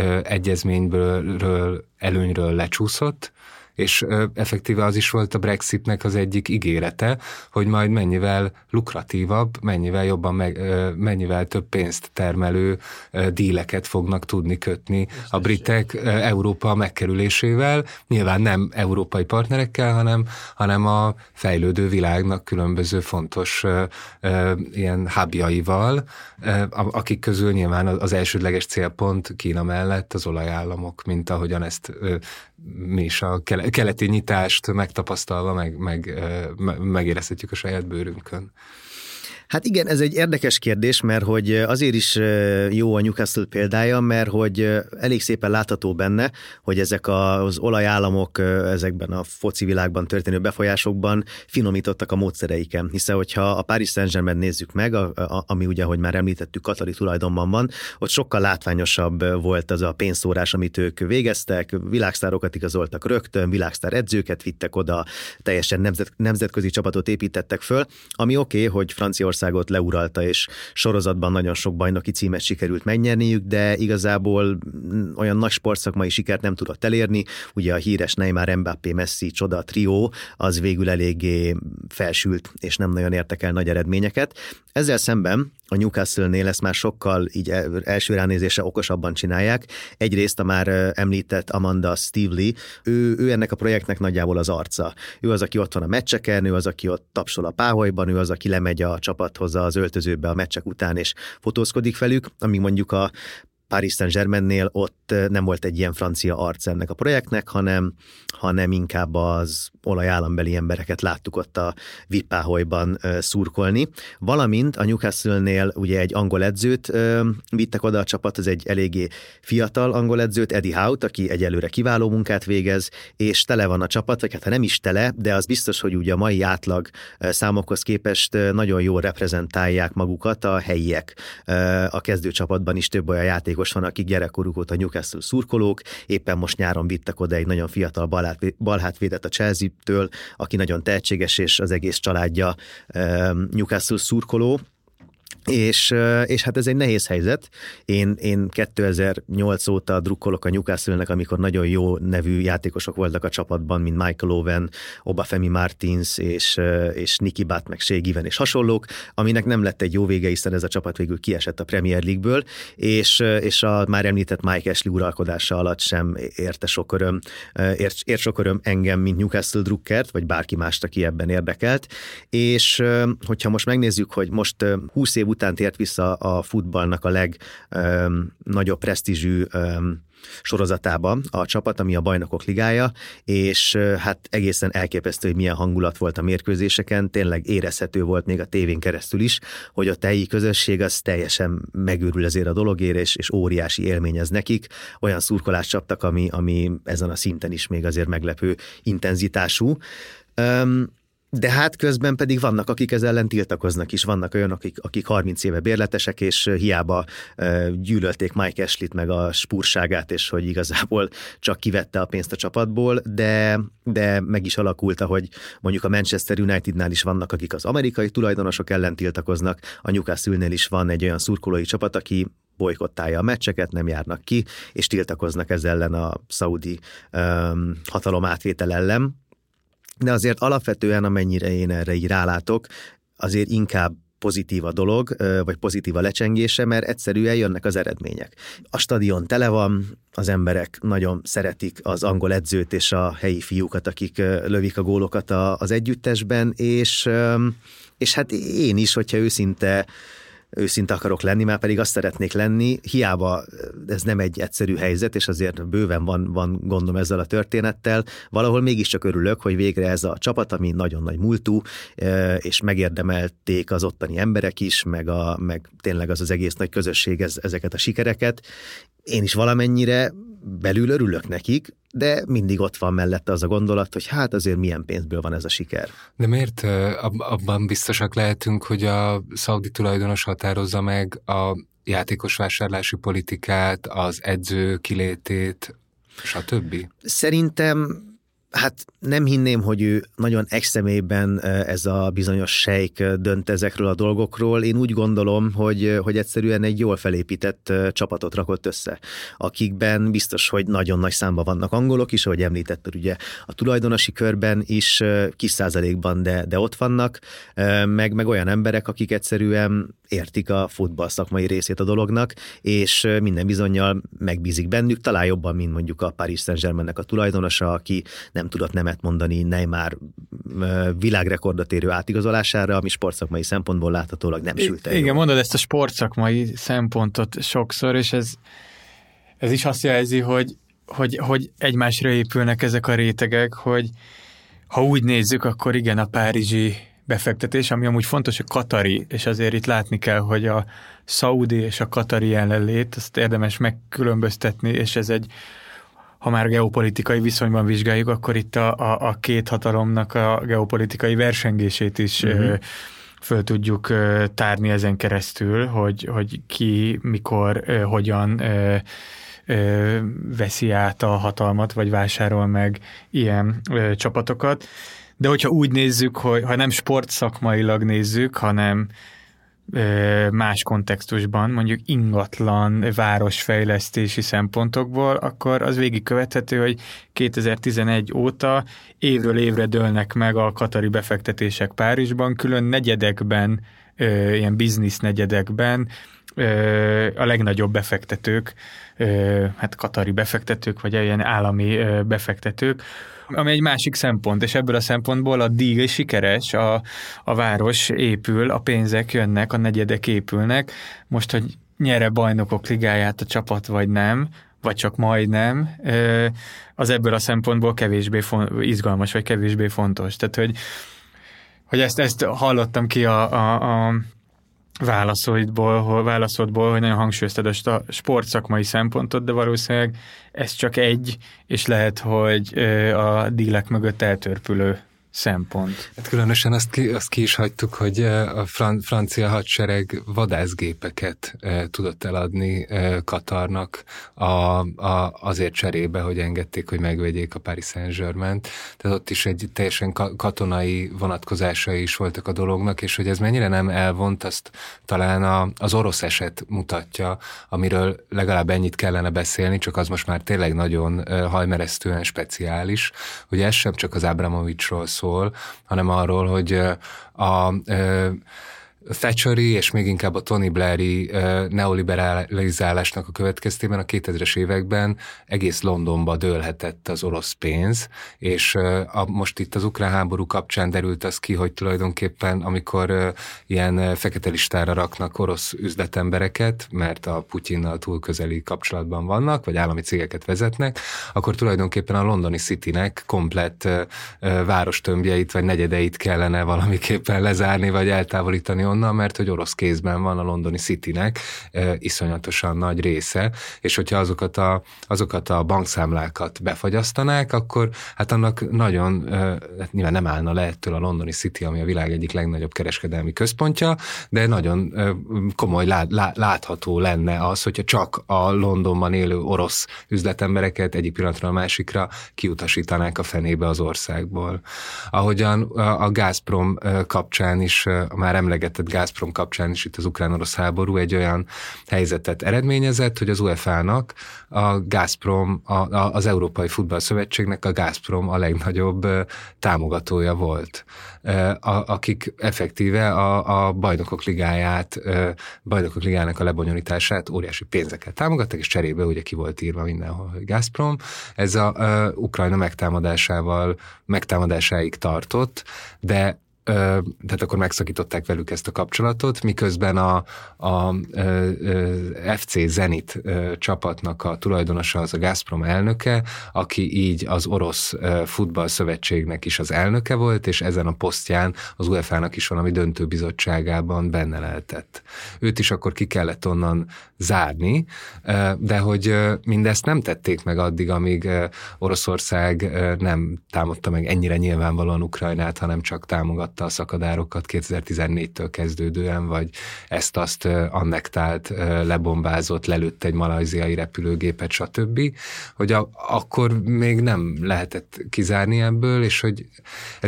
egyezményből, előnyről lecsúszott, és effektíve az is volt a Brexitnek az egyik ígérete, hogy majd mennyivel lukratívabb, mennyivel több pénzt termelő díleket fognak tudni kötni a britek Európa megkerülésével, nyilván nem európai partnerekkel, hanem a fejlődő világnak különböző fontos ilyen hubjaival, akik közül nyilván az elsődleges célpont Kína mellett az olajállamok, mint ahogyan ezt mi is a keleti nyitást megtapasztalva megérezhetjük a saját bőrünkön. Hát igen, ez egy érdekes kérdés, mert hogy azért is jó a Newcastle példája, mert hogy elég szépen látható benne, hogy ezek az olajállamok ezekben a foci világban történő befolyásokban finomítottak a módszereiken, hiszen hogyha a Paris Saint-Germain nézzük meg, ami ugye, ahogy már említettük, katari tulajdonban van, ott sokkal látványosabb volt az a pénzszórás, amit ők végeztek, világsztárokat igazoltak rögtön, világsztár edzőket vittek oda, teljesen nemzetközi csapatot építettek föl, ami oké, hogy Franciaországot leuralta, és sorozatban nagyon sok bajnoki címet sikerült megnyerniük, de igazából olyan nagy sportszakmai sikert nem tudott elérni. Ugye a híres Neymar, Mbappé, Messi csoda trió, az végül eléggé felsült, és nem nagyon értek el nagy eredményeket. Ezzel szemben a Newcastle-nél ezt már sokkal így első ránézésre okosabban csinálják. Egyrészt a már említett Amanda Stevely, ő ennek a projektnek nagyjából az arca. Ő az, aki ott van a meccseken, ő az, aki ott tapsol a páholyban, ő az, aki lemegy a csapathoz az öltözőbe a meccsek után, és fotózkodik velük, amíg mondjuk a Paris Saint-Germainnél ott nem volt egy ilyen francia arc ennek a projektnek, hanem inkább az olajállambeli embereket láttuk ott a VIP-páholyban szurkolni. Valamint a Newcastle-nél ugye egy angol edzőt vittek oda a csapat, az egy eléggé fiatal angol edzőt, Eddie Howe-t, aki egyelőre kiváló munkát végez, és tele van a csapat, vagy hát ha nem is tele, de az biztos, hogy ugye a mai átlag számokhoz képest nagyon jól reprezentálják magukat a helyiek. A kezdőcsapatban is több olyan játékos van, akik gyerekkoruk óta Newcastle szurkolók, éppen most nyáron vittek oda egy nagyon fiatal balhátvédet a Chelsea-től, aki nagyon tehetséges, és az egész családja Newcastle szurkoló. És hát ez egy nehéz helyzet. Én 2008 óta drukkolok a Newcastle-nek, amikor nagyon jó nevű játékosok voltak a csapatban, mint Michael Owen, Obafemi Martins és Nicky Butt, meg Shea Given és hasonlók, aminek nem lett egy jó vége, hiszen ez a csapat végül kiesett a Premier League-ből, és a már említett Mike Ashley uralkodása alatt sem ért sok öröm engem, mint Newcastle drukkert, vagy bárki mást, aki ebben érdekelt. És hogyha most megnézzük, hogy most 20 év után tért vissza a futballnak a legnagyobb presztízsű sorozatába a csapat, ami a Bajnokok Ligája, és hát egészen elképesztő, hogy milyen hangulat volt a mérkőzéseken, tényleg érezhető volt még a tévén keresztül is, hogy a helyi közösség az teljesen megőrül ezért a dologért, és óriási élmény ez nekik. Olyan szurkolást csaptak, ami ezen a szinten is még azért meglepő intenzitású. De hát közben pedig vannak, akik ezzel ellen tiltakoznak is, vannak olyanok, akik 30 éve bérletesek, és hiába gyűlölték Mike Ashley-t meg a spúrságát, és hogy igazából csak kivette a pénzt a csapatból, de meg is alakult, hogy mondjuk a Manchester Unitednál is vannak, akik az amerikai tulajdonosok ellen tiltakoznak, a Newcastle-nél is van egy olyan szurkolói csapat, aki bojkottálja a meccseket, nem járnak ki, és tiltakoznak ezzel ellen a szaudi hatalom átvétel ellen. De azért alapvetően, amennyire én erre így rálátok, azért inkább pozitív a dolog, vagy pozitív a lecsengése, mert egyszerűen jönnek az eredmények. A stadion tele van, az emberek nagyon szeretik az angol edzőt és a helyi fiúkat, akik lövik a gólokat az együttesben, és hát én is, hogyha őszinte akarok lenni, már pedig azt szeretnék lenni, hiába ez nem egy egyszerű helyzet, és azért bőven van gondom ezzel a történettel, valahol mégiscsak örülök, hogy végre ez a csapat, ami nagyon nagy múltú, és megérdemelték az ottani emberek is, meg tényleg az egész nagy közösség ezeket a sikereket. Én is valamennyire belül örülök nekik, de mindig ott van mellette az a gondolat, hogy hát azért milyen pénzből van ez a siker. De miért abban biztosak lehetünk, hogy a szaudi tulajdonos határozza meg a játékos vásárlási politikát, az edző kilétét, stb.? Szerintem hát nem hinném, hogy ő nagyon egyszemélyben ez a bizonyos sejk dönt ezekről a dolgokról. Én úgy gondolom, hogy egyszerűen egy jól felépített csapatot rakott össze, akikben biztos, hogy nagyon nagy számban vannak angolok is, ahogy említetted, ugye a tulajdonosi körben is kis százalékban, de ott vannak, meg olyan emberek, akik egyszerűen értik a futball szakmai részét a dolognak, és minden bizonnyal megbízik bennük, talán jobban, mint mondjuk a Paris Saint-Germainnek a tulajdonosa, aki nem tudott nemet mondani Neymar világrekordot érő átigazolására, ami sportszakmai szempontból láthatólag nem sült el. Igen, mondod ezt a sportszakmai szempontot sokszor, és ez is azt jelzi, hogy egymásra épülnek ezek a rétegek, hogy ha úgy nézzük, akkor igen, a párizsi befektetés, ami amúgy fontos, a katari, és azért itt látni kell, hogy a szaudi és a katari jelenlét, azt érdemes megkülönböztetni, és ez egy, ha már geopolitikai viszonyban vizsgáljuk, akkor itt a két hatalomnak a geopolitikai versengését is föl tudjuk tárni ezen keresztül, hogy ki, mikor, hogyan veszi át a hatalmat, vagy vásárol meg ilyen csapatokat. De hogyha úgy nézzük, hogy ha nem sportszakmailag nézzük, hanem más kontextusban, mondjuk ingatlan városfejlesztési szempontokból, akkor az végigkövethető, hogy 2011 óta évről évre dőlnek meg a katari befektetések Párizsban, külön negyedekben, ilyen biznisz negyedekben a legnagyobb befektetők, hát katari befektetők, vagy ilyen állami befektetők, ami egy másik szempont, és ebből a szempontból a díj sikeres, a város épül, a pénzek jönnek, a negyedek épülnek. Most, hogy nyer-e Bajnokok Ligáját a csapat, vagy nem, vagy csak majdnem, az ebből a szempontból kevésbé izgalmas, vagy kevésbé fontos. Tehát, hogy ezt hallottam ki a válaszodból, hogy nagyon hangsúlyoztad a sportszakmai szempontot, de valószínűleg ez csak egy, és lehet, hogy a dílek mögött eltörpülő szempont. Hát különösen azt ki is hagytuk, hogy a francia hadsereg vadászgépeket tudott eladni Katarnak azért cserébe, hogy engedték, hogy megvegyék a Paris Saint-Germaint. Tehát ott is egy teljesen katonai vonatkozásai is voltak a dolognak, és hogy ez mennyire nem elvont, azt talán az orosz eset mutatja, amiről legalább ennyit kellene beszélni, csak az most már tényleg nagyon hajmeresztően speciális, hogy ez sem csak az Abramovicsról szól, hanem arról, hogy a Thatcheri és még inkább a Tony Blairi neoliberalizálásnak a következtében a 2000-es években egész Londonba dőlhetett az orosz pénz, és most itt az ukrán háború kapcsán derült az ki, hogy tulajdonképpen amikor ilyen fekete listára raknak orosz üzletembereket, mert a Putyinnal túl közeli kapcsolatban vannak, vagy állami cégeket vezetnek, akkor tulajdonképpen a londoni Citynek komplett várostömbjeit vagy negyedeit kellene valamiképpen lezárni, vagy eltávolítani onnan, mert hogy orosz kézben van a londoni Citynek iszonyatosan nagy része, és hogyha azokat a bankszámlákat befagyasztanák, akkor hát annak nagyon, nyilván nem állna le ettől a londoni City, ami a világ egyik legnagyobb kereskedelmi központja, de nagyon komoly látható lenne az, hogyha csak a Londonban élő orosz üzletembereket egyik pillanatra a másikra kiutasítanák a fenébe az országból. Ahogyan a Gazprom kapcsán is, már emlegetett Gazprom kapcsán is itt az ukrán-orosz háború egy olyan helyzetet eredményezett, hogy az UEFA-nak a Gazprom, az Európai Futballszövetségnek a Gazprom a legnagyobb támogatója volt, akik effektíve a Bajnokok Ligájának a lebonyolítását óriási pénzekkel támogattak, és cserébe ugye ki volt írva mindenhol, hogy Gazprom. Ez a Ukrajna megtámadásáig tartott, de tehát akkor megszakították velük ezt a kapcsolatot, miközben a FC Zenit csapatnak a tulajdonosa az a Gazprom elnöke, aki így az orosz futballszövetségnek is az elnöke volt, és ezen a posztján az UEFA-nak is valami döntőbizottságában benne lehetett. Őt is akkor ki kellett onnan zárni, de hogy mindezt nem tették meg addig, amíg Oroszország nem támadta meg ennyire nyilvánvalóan Ukrajnát, hanem csak támogatta a szakadárokat 2014-től kezdődően, vagy ezt-azt annektált, lebombázott, lelőtt egy malajziai repülőgépet, stb., hogy akkor még nem lehetett kizárni ebből, és hogy ez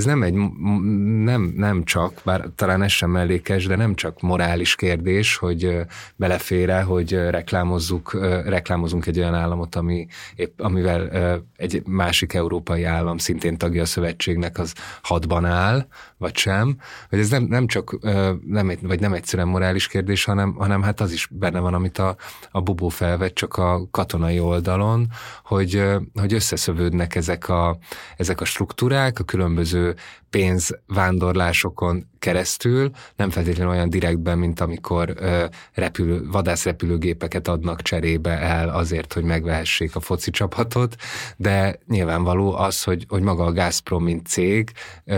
nem csak, bár talán ez sem mellékes, de nem csak morális kérdés, hogy belefér-e, hogy reklámozunk egy olyan államot, amivel egy másik európai állam szintén tagja a szövetségnek, az hadban áll, vagy sem, hogy ez nem csak, nem egyszerűen morális kérdés, hanem hát az is benne van, amit a Bobó felvett csak a katonai oldalon, hogy összeszövődnek ezek a struktúrák, a különböző pénzvándorlásokon keresztül, nem feltétlenül olyan direktben, mint amikor vadászrepülőgépeket adnak cserébe el azért, hogy megvehessék a foci csapatot, de nyilvánvaló az, hogy maga a Gazprom, mint cég,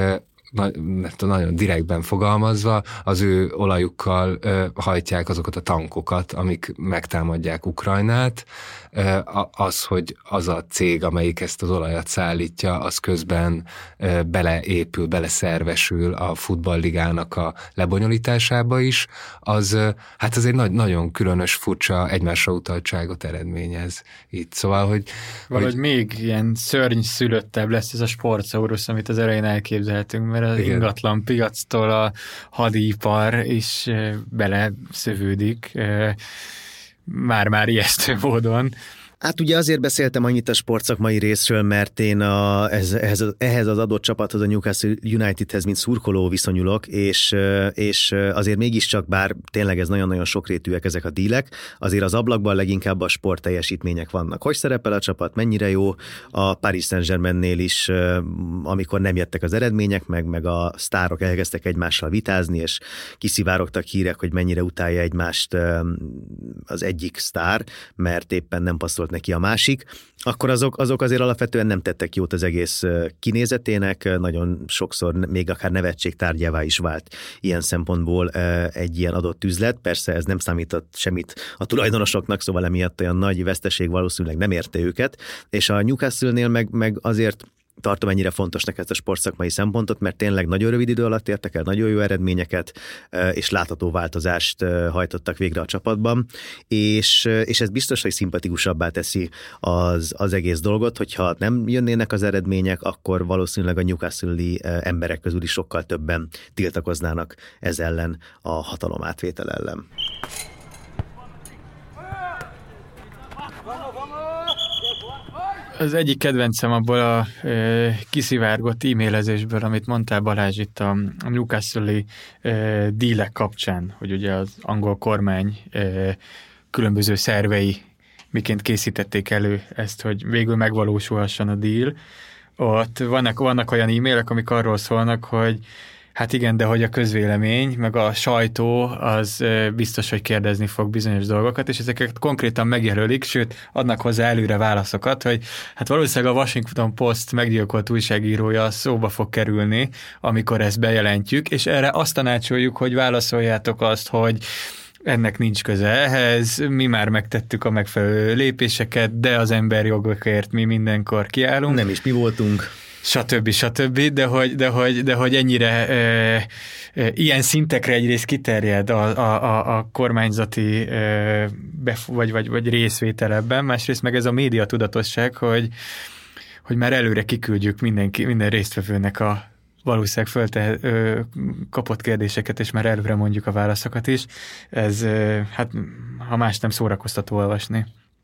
nagyon direktben fogalmazva, az ő olajukkal hajtják azokat a tankokat, amik megtámadják Ukrajnát. Az, hogy az a cég, amelyik ezt az olajat szállítja, az közben beleépül, beleszervesül a futballligának a lebonyolításába is, az egy nagyon különös, furcsa egymásra utaltságot eredményez itt. Szóval, hogy még ilyen szörnyszülöttebb lesz ez a sportszaurusz, amit az elején elképzelhetünk, mert az ingatlan piactól a hadipar is beleszövődik, már ijesztő módon. Hát ugye azért beszéltem annyit a sportszakmai részről, mert én ehhez az adott csapathoz, a Newcastle Unitedhez, mint szurkoló viszonyulok, és azért mégiscsak, bár tényleg ez nagyon-nagyon sokrétűek ezek a dílek, azért az ablakban leginkább a sport teljesítmények vannak. Hogy szerepel a csapat, mennyire jó, a Paris Saint-Germainnél is, amikor nem jöttek az eredmények, meg a sztárok elkezdtek egymással vitázni, és kiszivárogtak hírek, hogy mennyire utálja egymást az egyik sztár, mert éppen nem passzolt neki a másik, akkor azok azért alapvetően nem tettek jót az egész kinézetének, nagyon sokszor még akár nevetség tárgyává is vált ilyen szempontból egy ilyen adott üzlet. Persze ez nem számított semmit a tulajdonosoknak, szóval emiatt olyan nagy veszteség valószínűleg nem érte őket, és a Newcastle-nél meg azért tartom ennyire fontosnak ezt a sportszakmai szempontot, mert tényleg nagyon rövid idő alatt értek el nagyon jó eredményeket, és látható változást hajtottak végre a csapatban, és ez biztos, hogy szimpatikusabbá teszi az egész dolgot, hogyha nem jönnének az eredmények, akkor valószínűleg a Newcastle-i emberek közül is sokkal többen tiltakoznának ez ellen, a hatalomátvétel ellen. Az egyik kedvencem abból a kiszivárgott e-mailezésből, amit mondtál Balázs itt a Newcastle-i dílek kapcsán, hogy ugye az angol kormány különböző szervei miként készítették elő ezt, hogy végül megvalósulhasson a deal. Ott vannak olyan e-mailek, amik arról szólnak, hogy hát igen, de hogy a közvélemény, meg a sajtó az biztos, hogy kérdezni fog bizonyos dolgokat, és ezeket konkrétan megjelölik, sőt, adnak hozzá előre válaszokat, hogy hát valószínűleg a Washington Post meggyilkolt újságírója szóba fog kerülni, amikor ezt bejelentjük, és erre azt tanácsoljuk, hogy válaszoljátok azt, hogy ennek nincs köze ehhez, mi már megtettük a megfelelő lépéseket, de az emberjogokért mi mindenkor kiállunk. Nem is mi voltunk. Stb. De hogy ennyire ilyen szintekre egyrészt kiterjed a kormányzati vagy részvétel ebben, másrészt meg ez a média tudatosság, hogy már előre kiküldjük minden résztvevőnek a valószínűleg kapott kérdéseket, és már előre mondjuk a válaszokat is. Ez, hát ha más nem, szórakoztató olvasni.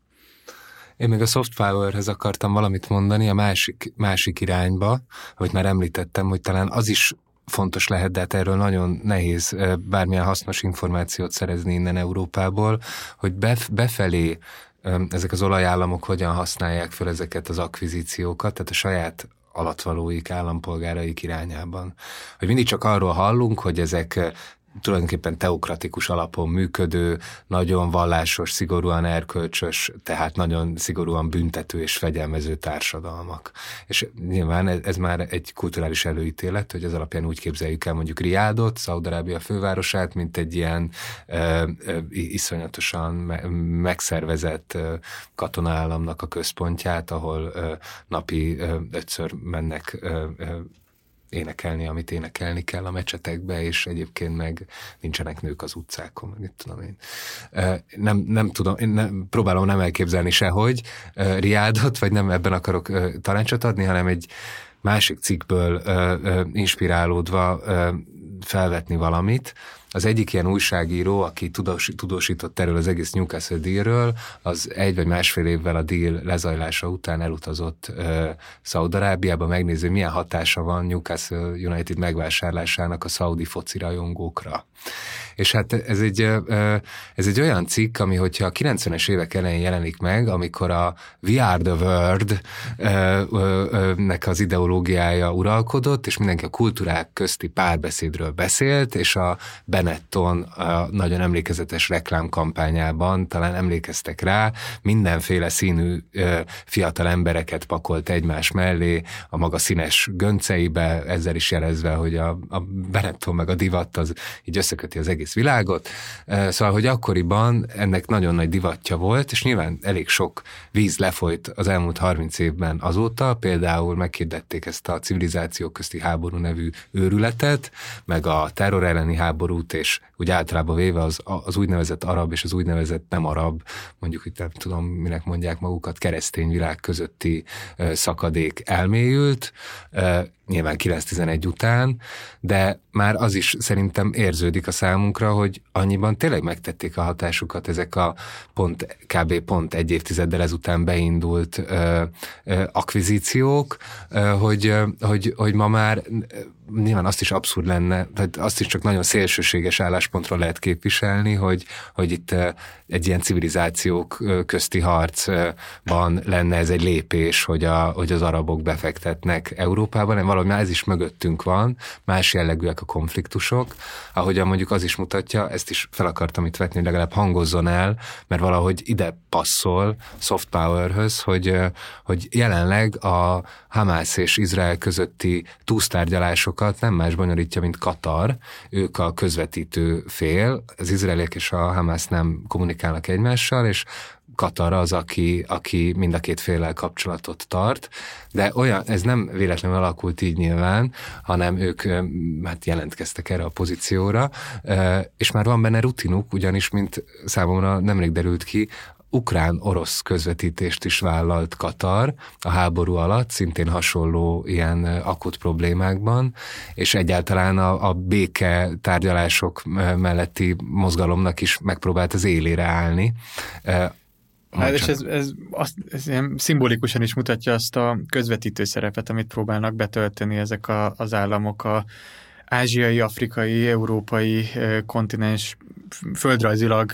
Én még a soft powerhez akartam valamit mondani, a másik irányba, ahogy már említettem, hogy talán az is fontos lehet, de hát erről nagyon nehéz bármilyen hasznos információt szerezni innen Európából, hogy befelé ezek az olajállamok hogyan használják fel ezeket az akvizíciókat, tehát a saját alattvalóik, állampolgáraik irányában. Hogy mindig csak arról hallunk, hogy ezek tulajdonképpen teokratikus alapon működő, nagyon vallásos, szigorúan erkölcsös, tehát nagyon szigorúan büntető és fegyelmező társadalmak. És nyilván ez már egy kulturális előítélet, hogy ez alapján úgy képzeljük el mondjuk Riádot, Szaúd-Arábia fővárosát, mint egy ilyen iszonyatosan megszervezett katonaállamnak a központját, ahol napi 5-ször mennek énekelni, amit énekelni kell a mecsetekbe, és egyébként meg nincsenek nők az utcákon, mit tudom én. Nem tudom, én próbálom nem elképzelni sehogy Riádot, vagy nem ebben akarok tanácsot adni, hanem egy másik cikkből inspirálódva felvetni valamit. Az egyik ilyen újságíró, aki tudósított erről az egész Newcastle dealről, az 1 vagy másfél évvel a deal lezajlása után elutazott Szaúd-Arábiába, megnézni, milyen hatása van Newcastle United megvásárlásának a szaudi foci rajongókra. És hát ez egy olyan cikk, ami hogyha a 90-es évek elején jelenik meg, amikor a We Are the World-nek az ideológiája uralkodott, és mindenki a kultúrák közti párbeszédről beszélt, és a Benetton a nagyon emlékezetes reklámkampányában, talán emlékeztek rá, mindenféle színű fiatal embereket pakolt egymás mellé a maga színes gönceibe, ezzel is jelezve, hogy a Benetton meg a divat az így összeköti az egész világot. Szóval, hogy akkoriban ennek nagyon nagy divatja volt, és nyilván elég sok víz lefolyt az elmúlt 30 évben azóta, például meghirdették ezt a civilizációk közti háború nevű őrületet, meg a terror elleni háborút, és úgy általában véve az úgynevezett arab és az úgynevezett nem arab, mondjuk itt nem tudom, minek mondják magukat, keresztény világ közötti szakadék elmélyült, nyilván 9-11 után, de már az is szerintem érződik a számunkra, hogy annyiban tényleg megtették a hatásukat ezek a kb. Pont egy évtizeddel ezután beindult akvizíciók, hogy ma már nyilván azt is abszurd lenne, tehát azt is csak nagyon szélsőséges álláspontról lehet képviselni, hogy itt egy ilyen civilizációk közti harcban lenne ez egy lépés, hogy az arabok befektetnek Európában, nem valami ez is mögöttünk van, más jellegűek a konfliktusok, ahogyan mondjuk az is mutatja, ezt is fel akartam itt vetni, hogy legalább hangozzon el, mert valahogy ide passzol soft powerhöz, hogy jelenleg a Hamász és Izrael közötti túsztárgyalásokat nem más bonyolítja, mint Katar, ők a közvetítő fél, az izraeliek és a Hamász nem kommunikálnak egymással, és Katar az, aki mind a két féllel kapcsolatot tart, de ez nem véletlenül alakult így nyilván, hanem ők hát jelentkeztek erre a pozícióra, és már van benne rutinuk, ugyanis, mint számomra nemrég derült ki, ukrán-orosz közvetítést is vállalt Katar a háború alatt, szintén hasonló ilyen akut problémákban, és egyáltalán a béke tárgyalások melletti mozgalomnak is megpróbált az élére állni. És ez ilyen szimbolikusan is mutatja azt a közvetítő szerepet, amit próbálnak betölteni ezek az államok a ázsiai, afrikai, európai kontinens földrajzilag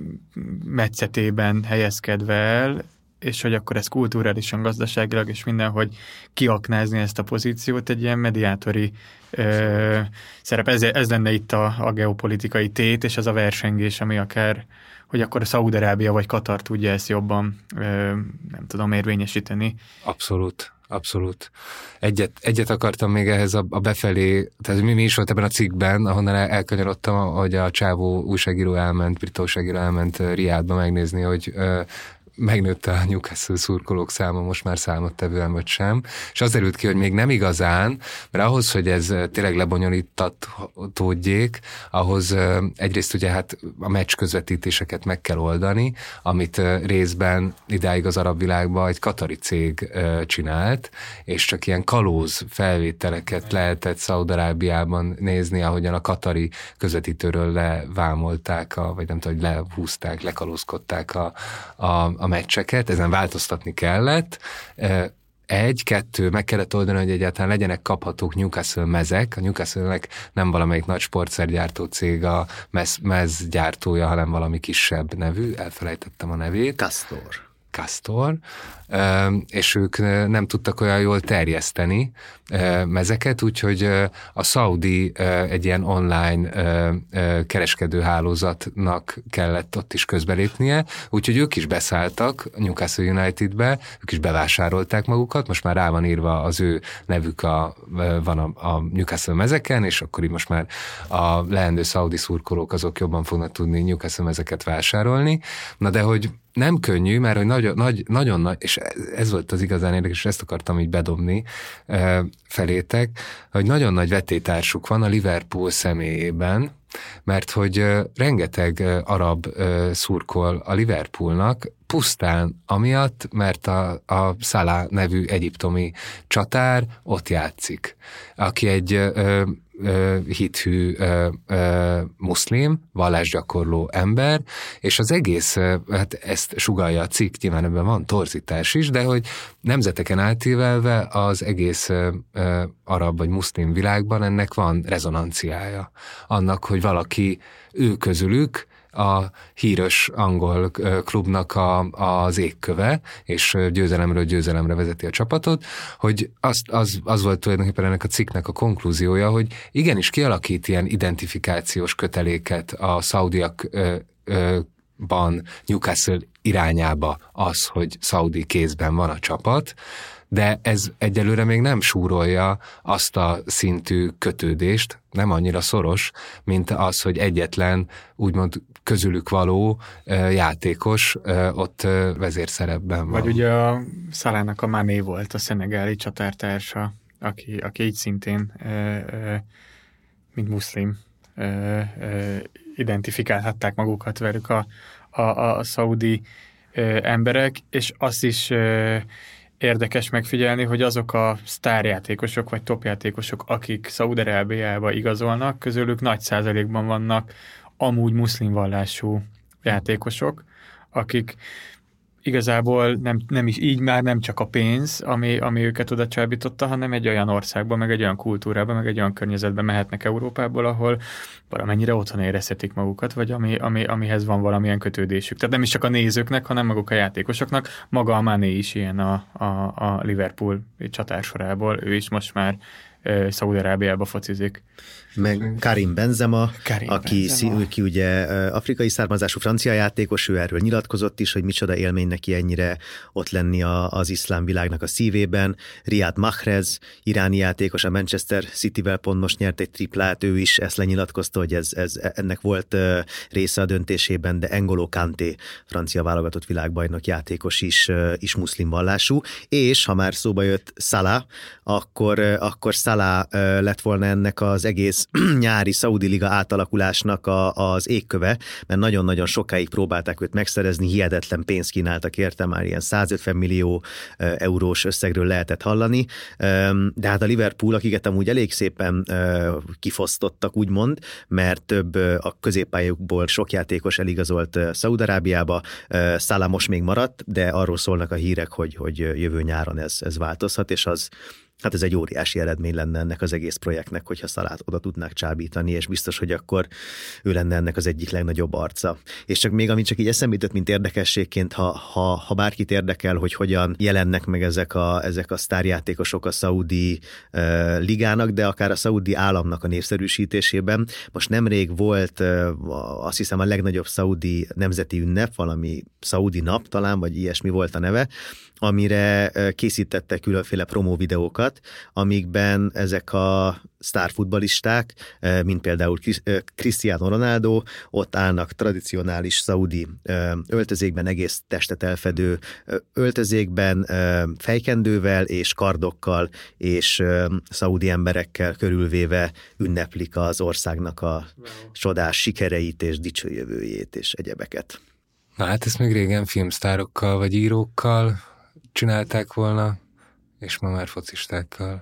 metszetében helyezkedve el, és hogy akkor ez kulturálisan, gazdaságilag és mindenhogy kiaknázni ezt a pozíciót, egy ilyen mediátori szerep. Ez lenne itt a geopolitikai tét, és ez a versengés, ami akár, hogy akkor a Szaúd-Arábia vagy Katar tudja ezt jobban, nem tudom, érvényesíteni. Abszolút. Egyet akartam még ehhez a befelé, tehát mi is volt ebben a cikkben, ahonnan elkanyarodtam, hogy a csávó brit újságíró elment Riádba megnézni, hogy megnőtt a Newcastle szurkolók száma most már számottevően vagy sem, és az derült ki, hogy még nem igazán, mert ahhoz, hogy ez tényleg lebonyolítatódjék, ahhoz egyrészt ugye hát a meccs közvetítéseket meg kell oldani, amit részben idáig az arab világban egy katari cég csinált, és csak ilyen kalóz felvételeket lehetett Szaúd-Arábiában nézni, ahogyan a katari közvetítőről levámolták, vagy nem tudom, hogy lehúzták, lekalózkodták a meccseket, ezen változtatni kellett. Kettő, meg kellett oldani, hogy egyáltalán legyenek kaphatók Newcastle mezek. A Newcastle-nek nem valamelyik nagy sportszergyártó cég a mez gyártója, hanem valami kisebb nevű, elfelejtettem a nevét. Castor, és ők nem tudtak olyan jól terjeszteni mezeket, úgyhogy a szaudi egy ilyen online kereskedőhálózatnak kellett ott is közbelépnie, úgyhogy ők is beszálltak a Newcastle Unitedbe, ők is bevásárolták magukat, most már rá van írva az ő nevük van a Newcastle mezeken, és akkor így most már a leendő szaudi szurkolók azok jobban fognak tudni Newcastle mezeket vásárolni. Na de hogy nem könnyű, mert hogy nagyon nagy, és ez volt az igazán érdekes, és ezt akartam így bedobni felétek, hogy nagyon nagy vetétársuk van a Liverpool személyében, mert hogy rengeteg arab szurkol a Liverpoolnak, pusztán amiatt, mert a Salah nevű egyiptomi csatár ott játszik, aki egy hithű muszlim, vallásgyakorló ember, és az egész, hát ezt sugallja a cikk, nyilván ebben van torzítás is, de hogy nemzeteken átívelve az egész arab vagy muszlim világban ennek van rezonanciája. Annak, hogy valaki ő közülük a híres angol klubnak az égköve, és győzelemről győzelemre vezeti a csapatot, hogy az volt tulajdonképpen ennek a cikknek a konklúziója, hogy igenis kialakít ilyen identifikációs köteléket a szaudiakban Newcastle irányába az, hogy szaudi kézben van a csapat, de ez egyelőre még nem súrolja azt a szintű kötődést, nem annyira szoros, mint az, hogy egyetlen úgymond közülük való játékos ott vezérszerepben van. Vagy ugye a Salahnak a Mané volt a szenegáli csatártársa, aki így szintén, mint muszlim, identifikálhatták magukat velük a szaudi emberek, és azt is érdekes megfigyelni, hogy azok a sztárjátékosok vagy topjátékosok, akik Szaúd-Arábiába igazolnak, közülük nagy százalékban vannak amúgy muszlim vallású játékosok, akik igazából nem is így már nem csak a pénz, ami őket oda csábította, hanem egy olyan országban, meg egy olyan kultúrában, meg egy olyan környezetben mehetnek Európából, ahol valamennyire otthon érezhetik magukat, vagy amihez van valamilyen kötődésük. Tehát nem is csak a nézőknek, hanem maguk a játékosoknak. Maga a Mané is ilyen a Liverpool csatársorából. Ő is most már Szaúd-Arábiába focizik. Meg Karim Benzema, aki ugye afrikai származású francia játékos, ő erről nyilatkozott is, hogy micsoda élmény neki ennyire ott lenni az iszlám világnak a szívében. Riyad Mahrez, iráni játékos, a Manchester Cityvel pont most nyert egy triplát, ő is ezt lenyilatkozta, hogy ennek volt része a döntésében, de N'Golo Kanté, francia válogatott világbajnok játékos is muszlim vallású, és ha már szóba jött Salah, akkor Salah lett volna ennek az egész nyári Szaudi Liga átalakulásnak az égköve, mert nagyon-nagyon sokáig próbálták őt megszerezni, hihetetlen pénzt kínáltak érte, már ilyen 150 millió eurós összegről lehetett hallani, de hát a Liverpool, akiket amúgy elég szépen kifosztottak, úgymond, mert több a középpályukból sok játékos eligazolt Szaúd-Arábiába, Salah most még maradt, de arról szólnak a hírek, hogy jövő nyáron ez változhat, és hát ez egy óriási eredmény lenne ennek az egész projektnek, hogyha Salát oda tudnák csábítani, és biztos, hogy akkor ő lenne ennek az egyik legnagyobb arca. És csak még, amit csak így eszembe jutott, mint érdekességként, ha bárkit érdekel, hogy hogyan jelennek meg ezek a sztárjátékosok a szaudi ligának, de akár a szaudi államnak a népszerűsítésében. Most nemrég volt, azt hiszem, a legnagyobb szaudi nemzeti ünnep, valami szaudi nap talán, vagy ilyesmi volt a neve, amire készítettek különféle promó videókat, amikben ezek a sztárfutballisták, mint például Cristiano Ronaldo, ott állnak tradicionális szaudi öltözékben, egész testet elfedő öltözékben, fejkendővel és kardokkal és szaudi emberekkel körülvéve ünneplik az országnak a csodás sikereit és dicsőjövőjét és egyebeket. Na hát ezt még régen filmsztárokkal vagy írókkal csinálták volna, és ma már focistákkal.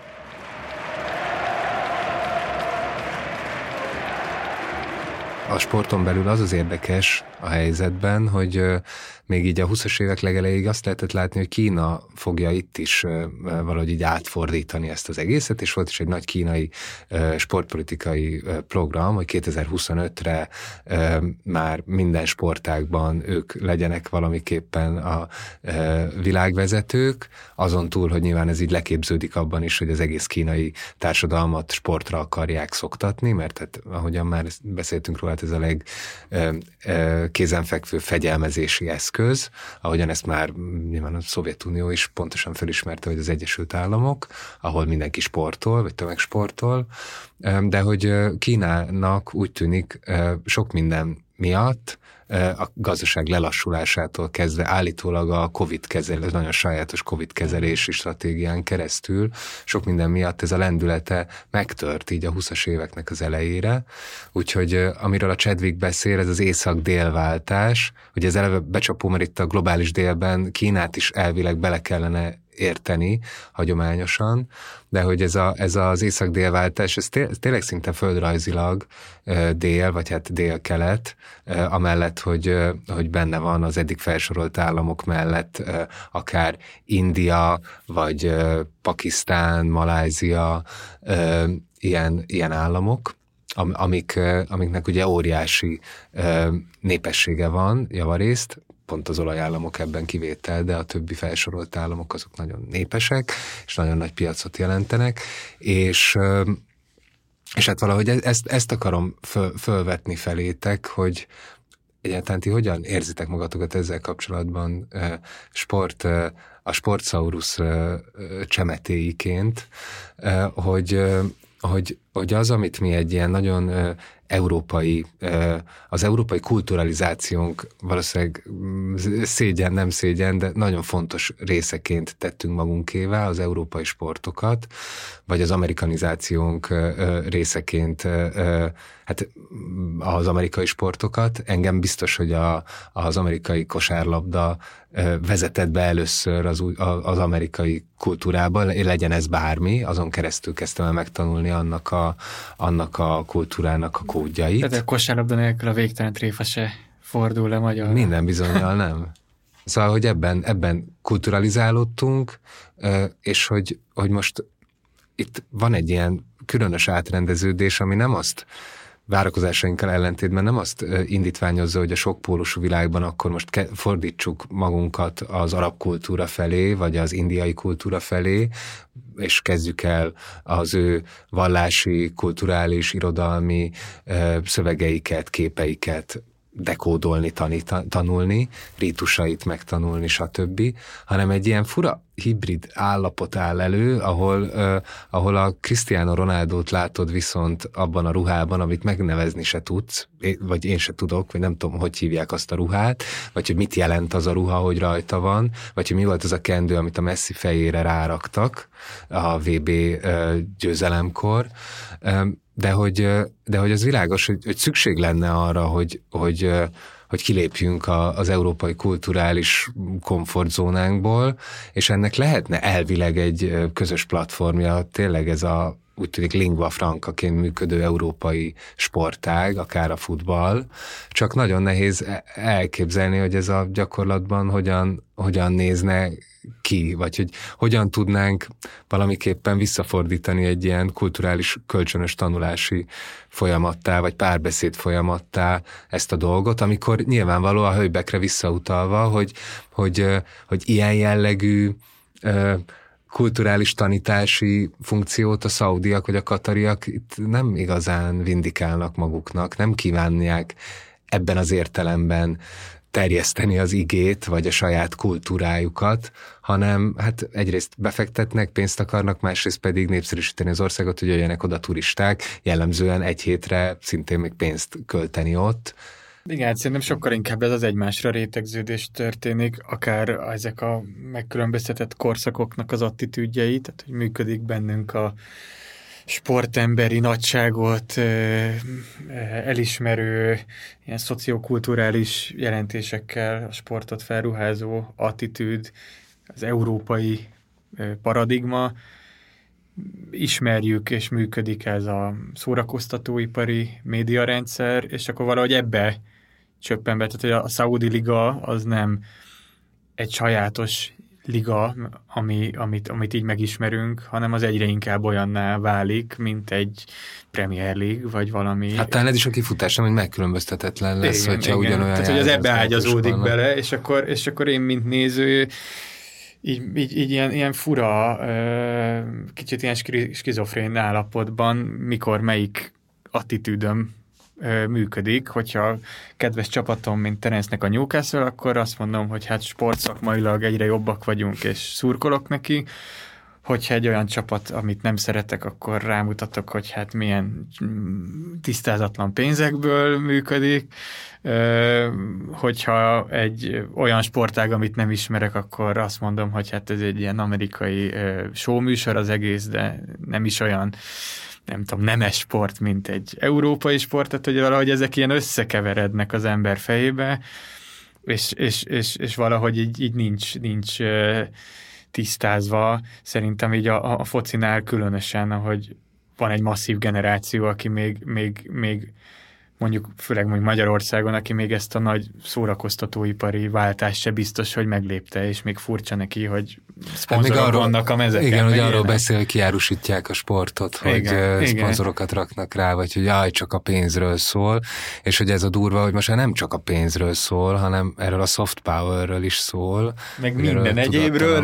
A sporton belül az érdekes a helyzetben, hogy még így a 20-as évek legelejéig azt lehetett látni, hogy Kína fogja itt is valahogy így átfordítani ezt az egészet, és volt is egy nagy kínai sportpolitikai program, hogy 2025-re már minden sportágban ők legyenek valamiképpen a világvezetők, azon túl, hogy nyilván ez így leképződik abban is, hogy az egész kínai társadalmat sportra akarják szoktatni, mert hát, ahogyan már beszéltünk róla, ez a legkézenfekvő fegyelmezési eszköz, ahogyan ezt már nyilván a Szovjetunió is pontosan felismerte, hogy az Egyesült Államok, ahol mindenki sportol, vagy tömegsportol, de hogy Kínának úgy tűnik sok minden miatt, a gazdaság lelassulásától kezdve állítólag a Covid kezelés, nagyon sajátos Covid kezelési stratégián keresztül sok minden miatt ez a lendülete megtört így a 20-as éveknek az elejére. Úgyhogy amiről a Chadwick beszél, ez az észak-dél váltás, hogy ez eleve becsapó, mert itt a globális délben Kínát is elvileg bele kellene érteni hagyományosan, de hogy ez az észak-dél-váltás, ez tényleg szinte földrajzilag dél, vagy hát dél-kelet, amellett, hogy benne van az eddig felsorolt államok mellett akár India, vagy Pakisztán, Malázia, ilyen államok, amiknek ugye óriási népessége van javarészt, pont az olajállamok ebben kivétel, de a többi felsorolt államok azok nagyon népesek, és nagyon nagy piacot jelentenek, és hát valahogy ezt akarom fölvetni felétek, hogy egyáltalán ti hogyan érzitek magatokat ezzel kapcsolatban a sportszaurusz csemetéiként, hogy az, amit mi egy ilyen nagyon az európai kulturalizációnk valószínűleg szégyen, nem szégyen, de nagyon fontos részeként tettünk magunkévá az európai sportokat, vagy az amerikanizációnk részeként hát az amerikai sportokat. Engem biztos, hogy az amerikai kosárlabda vezetett be először az amerikai kultúrába, legyen ez bármi, azon keresztül kezdtem el megtanulni annak a kultúrának a kódjait. Tehát a kosárlabda nélkül a végtelen tréfa se fordul le magyar. Minden bizonnyal nem. Szóval, hogy ebben kulturalizálódtunk, és hogy most itt van egy ilyen különös átrendeződés, ami nem azt várakozásainkkal ellentétben nem azt indítványozza, hogy a sokpólusú világban akkor most fordítsuk magunkat az arab kultúra felé, vagy az indiai kultúra felé, és kezdjük el az ő vallási, kulturális, irodalmi szövegeiket, képeiket dekódolni, tanulni, rítusait megtanulni, stb., hanem egy ilyen fura hibrid állapot áll elő, ahol a Cristiano Ronaldót látod viszont abban a ruhában, amit megnevezni se tudsz, vagy én se tudok, vagy nem tudom, hogy hívják azt a ruhát, vagy hogy mit jelent az a ruha, hogy rajta van, vagy hogy mi volt az a kendő, amit a Messi fejére ráraktak a VB győzelemkor, de hogy az világos, hogy szükség lenne arra, hogy kilépjünk az európai kulturális komfortzónánkból, és ennek lehetne elvileg egy közös platformja, tényleg ez a úgy tűnik lingua francaként működő európai sportág, akár a futball, csak nagyon nehéz elképzelni, hogy ez a gyakorlatban hogyan nézne ki, vagy hogy hogyan tudnánk valamiképpen visszafordítani egy ilyen kulturális kölcsönös tanulási folyamattá, vagy párbeszéd folyamattá ezt a dolgot, amikor nyilvánvaló a hölgyekre visszautalva, hogy ilyen jellegű kulturális tanítási funkciót a szaudiak vagy a katariak itt nem igazán vindikálnak maguknak, nem kívánják ebben az értelemben terjeszteni az igét, vagy a saját kultúrájukat, hanem hát egyrészt befektetnek, pénzt akarnak, másrészt pedig népszerűsíteni az országot, hogy jöjjenek oda turisták, jellemzően egy hétre szintén még pénzt költeni ott. Igen, szerintem sokkal inkább ez az egymásra rétegződés történik, akár ezek a megkülönböztetett korszakoknak az attitűdjei, tehát hogy működik bennünk a sportemberi nagyságot elismerő, ilyen szociokulturális jelentésekkel a sportot felruházó attitűd, az európai paradigma, ismerjük és működik ez a szórakoztatóipari médiarendszer, és akkor valahogy ebbe csöppen be, tehát hogy a Szaudi Liga az nem egy sajátos liga, amit így megismerünk, hanem az egyre inkább olyanná válik, mint egy Premier League, vagy valami... Hát talán ez is a kifutás, hogy megkülönböztetetlen lesz, igen, hogyha ugyanolyan... Tehát, hogy az ebbe ágyazódik bele, és akkor én, mint néző, így ilyen fura, kicsit ilyen skizofrén állapotban, mikor melyik attitűdöm működik, hogyha kedves csapatom, mint Terence-nek a Newcastle, akkor azt mondom, hogy hát sportszakmailag egyre jobbak vagyunk, és szurkolok neki. Hogyha egy olyan csapat, amit nem szeretek, akkor rámutatok, hogy hát milyen tisztázatlan pénzekből működik. Hogyha egy olyan sportág, amit nem ismerek, akkor azt mondom, hogy hát ez egy ilyen amerikai showműsor az egész, de nem is olyan, nem tudom, nemes sport, mint egy európai sport, tehát hogy valahogy ezek ilyen összekeverednek az ember fejébe, és valahogy így nincs tisztázva. Szerintem így a focinál különösen, ahogy van egy masszív generáció, aki még mondjuk főleg Magyarországon, aki még ezt a nagy szórakoztatóipari váltást se biztos, hogy meglépte, és még furcsa neki, hogy szponzorok vannak a mezeken. Igen, hogy arról beszél, hogy kiárusítják a sportot, igen, hogy szponzorokat raknak rá, vagy hogy jaj, csak a pénzről szól, és hogy ez a durva, hogy most már nem csak a pénzről szól, hanem erről a soft powerről is szól. Meg minden egyébről,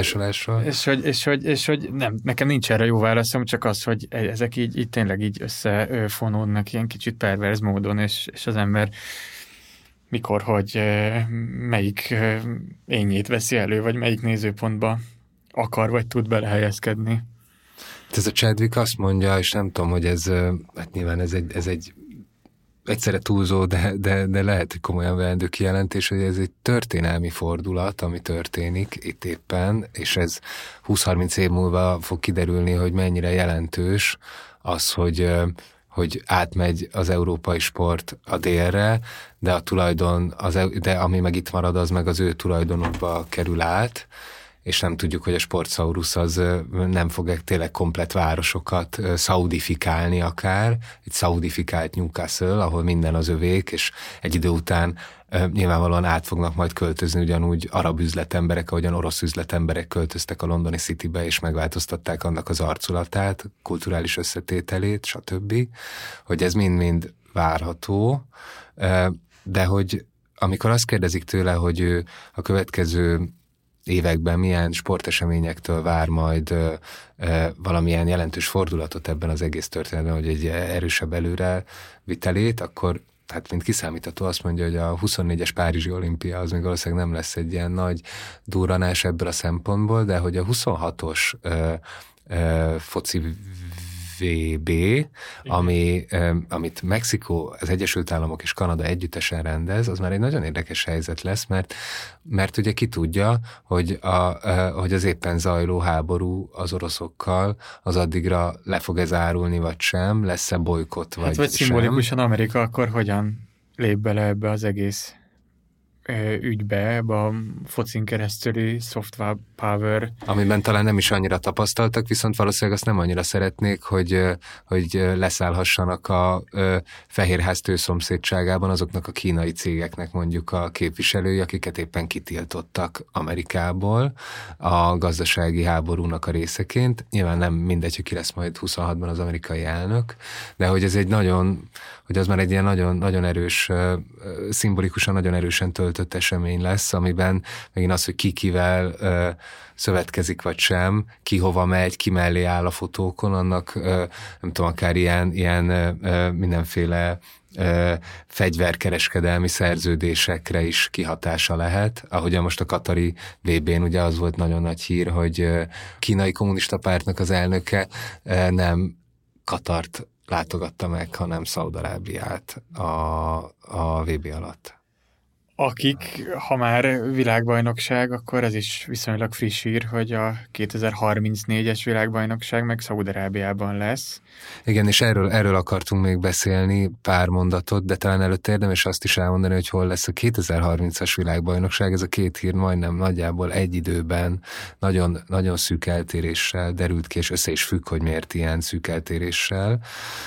és hogy nem, nekem nincs erre jó válaszom, csak az, hogy ezek így tényleg így összefonódnak ilyen kicsit perverz módon, és az ember mikor, hogy melyik ényét veszi elő, vagy melyik nézőpontba akar, vagy tud belehelyezkedni. Ez a Chadwick azt mondja, és nem tudom, hogy ez, hát nyilván ez egy egyszerre túlzó, de lehet, hogy komolyan veendő kijelentés, hogy ez egy történelmi fordulat, ami történik itt éppen, és ez 20-30 év múlva fog kiderülni, hogy mennyire jelentős az, hogy átmegy az európai sport a délre, de a tulajdon, de ami meg itt marad, az meg az ő tulajdonukba kerül át, és nem tudjuk, hogy a Sportsaurus az nem fog tényleg komplett városokat szaudifikálni akár, egy szaudifikált Newcastle, ahol minden az övék, és egy idő után nyilvánvalóan át fognak majd költözni ugyanúgy arab üzletemberek, ahogyan orosz üzletemberek költöztek a londoni Citybe, és megváltoztatták annak az arculatát, kulturális összetételét, stb. Hogy ez mind-mind várható, de hogy amikor azt kérdezik tőle, hogy ő a következő években milyen sporteseményektől vár majd valamilyen jelentős fordulatot ebben az egész történetben, hogy egy erősebb előrevitelét, akkor hát mint kiszámítható azt mondja, hogy a 24-es Párizsi olimpia az még valószínűleg nem lesz egy ilyen nagy durranás ebből a szempontból, de hogy a 26-os foci VB, amit Mexikó, az Egyesült Államok és Kanada együttesen rendez, az már egy nagyon érdekes helyzet lesz, mert ugye ki tudja, hogy az éppen zajló háború az oroszokkal, az addigra le fog ez árulni, vagy sem, lesz-e bolykott, vagy sem. Szimbolikusan Amerika akkor hogyan lép bele ebbe az egész ügybe, ebbe a focin keresztüli soft power. Amiben talán nem is annyira tapasztaltak, viszont valószínűleg azt nem annyira szeretnék, hogy leszállhassanak a Fehérház tőszomszédságában azoknak a kínai cégeknek mondjuk a képviselői, akiket éppen kitiltottak Amerikából a gazdasági háborúnak a részeként. Nyilván nem mindegy, hogy ki lesz majd 26-ban az amerikai elnök, de hogy ez hogy az már egy ilyen nagyon, nagyon erős, szimbolikusan nagyon erősen töltött esemény lesz, amiben megint az, hogy ki kivel szövetkezik vagy sem, ki hova megy, ki mellé áll a fotókon, annak nem tudom, akár ilyen mindenféle fegyverkereskedelmi szerződésekre is kihatása lehet. Ahogyan most a katari VB-n ugye az volt nagyon nagy hír, hogy kínai kommunista pártnak az elnöke nem Katart látogatta meg, hanem Szaúd-Arábiát a VB alatt. Akik, ha már világbajnokság, akkor ez is viszonylag friss hír, hogy a 2034-es világbajnokság meg Szaúd-Arábiában lesz. Igen, és erről akartunk még beszélni pár mondatot, de talán előtte érdemes azt is elmondani, hogy hol lesz a 2030-as világbajnokság. Ez a két hír majdnem nagyjából egy időben nagyon, nagyon szűk eltéréssel derült ki, és össze is függ, hogy miért ilyen szűk eltéréssel.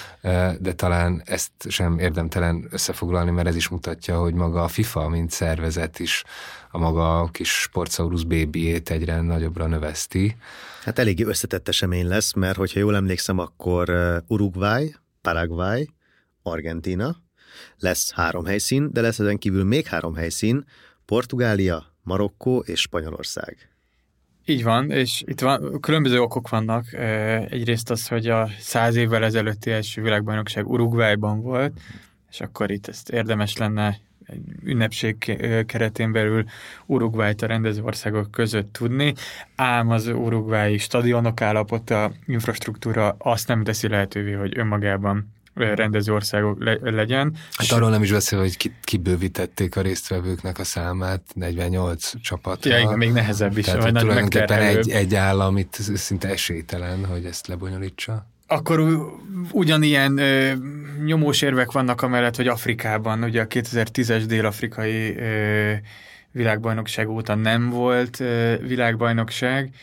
De talán ezt sem érdemtelen összefoglalni, mert ez is mutatja, hogy maga a FIFA, mint szervezet is a maga kis Sportsaurus BB-ét egyre nagyobbra növeszti. Hát eléggé összetett esemény lesz, mert hogyha jól emlékszem, akkor Uruguay, Paraguay, Argentína, lesz 3 helyszín, de lesz ezen kívül még 3 helyszín, Portugália, Marokkó és Spanyolország. Így van, és itt különböző okok vannak. Egyrészt az, hogy a 100 évvel ezelőtti első világbajnokság Uruguayban volt, és akkor itt ezt érdemes lenne egy ünnepség keretén belül Uruguayt a rendező országok között tudni, ám az uruguayi stadionok állapota, infrastruktúra azt nem teszi lehetővé, hogy önmagában rendező országok legyen. Hát arról nem is beszél, hogy kibővítették a résztvevőknek a számát, 48 csapatra. Ja, igen, még nehezebb is. Tehát tulajdonképpen egy állam itt szinte esélytelen, hogy ezt lebonyolítsa. Akkor ugyanilyen nyomós érvek vannak amellett, hogy Afrikában, ugye a 2010-es dél-afrikai világbajnokság óta nem volt világbajnokság,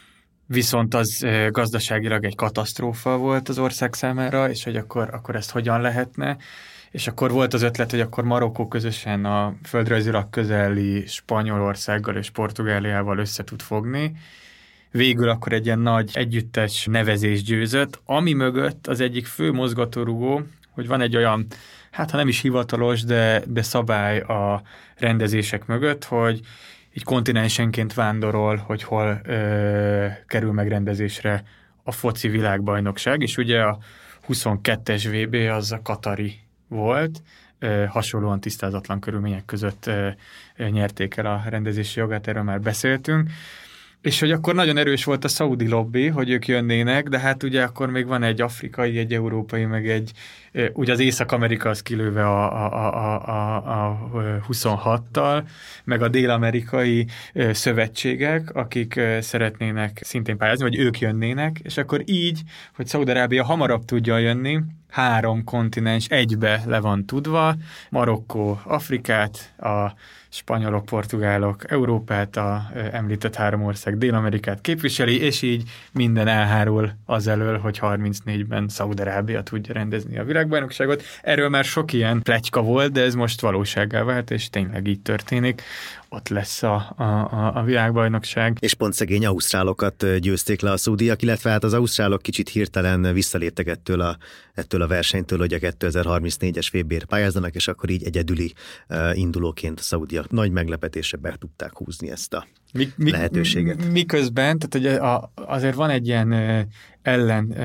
viszont az gazdaságilag egy katasztrófa volt az ország számára, és hogy akkor ezt hogyan lehetne. És akkor volt az ötlet, hogy akkor Marokkó közösen a földrajzilag közeli Spanyolországgal és Portugáliával össze tud fogni. Végül akkor egy ilyen nagy együttes nevezés győzött, ami mögött az egyik fő mozgatórugó, hogy van egy olyan, hát ha nem is hivatalos, de szabály a rendezések mögött, hogy így kontinensenként vándorol, hogy hol kerül megrendezésre a foci világbajnokság, és ugye a 22-es VB az a katari volt, hasonlóan tisztázatlan körülmények között nyerték el a rendezési jogát, erről már beszéltünk, és hogy akkor nagyon erős volt a szaudi lobby, hogy ők jönnének, de hát ugye akkor még van egy afrikai, egy európai, meg egy, ugye az Észak-Amerika az kilőve a 26-tal, meg a dél-amerikai szövetségek, akik szeretnének szintén pályázni, vagy ők jönnének, és akkor így, hogy Szaúd-Arábia hamarabb tudja jönni, 3 kontinens egybe le van tudva, Marokkó Afrikát, a spanyolok, portugálok Európát, a említett 3 ország Dél-Amerikát képviseli, és így minden elhárul azelől, hogy 34-ben Szaúd-Arábia tudja rendezni a világbajnokságot. Erről már sok ilyen pletyka volt, de ez most valósággá vált, és tényleg így történik. Ott lesz a világbajnokság. És pont szegény ausztrálokat győzték le a szaudiak, illetve hát az ausztrálok kicsit hirtelen visszaléptek ettől a versenytől, hogy a 2034-es VB-re pályázzanak, és akkor így egyedüli indulóként a szaudiak nagy meglepetésre be tudták húzni ezt a lehetőséget. Miközben, tehát azért van egy ilyen ellen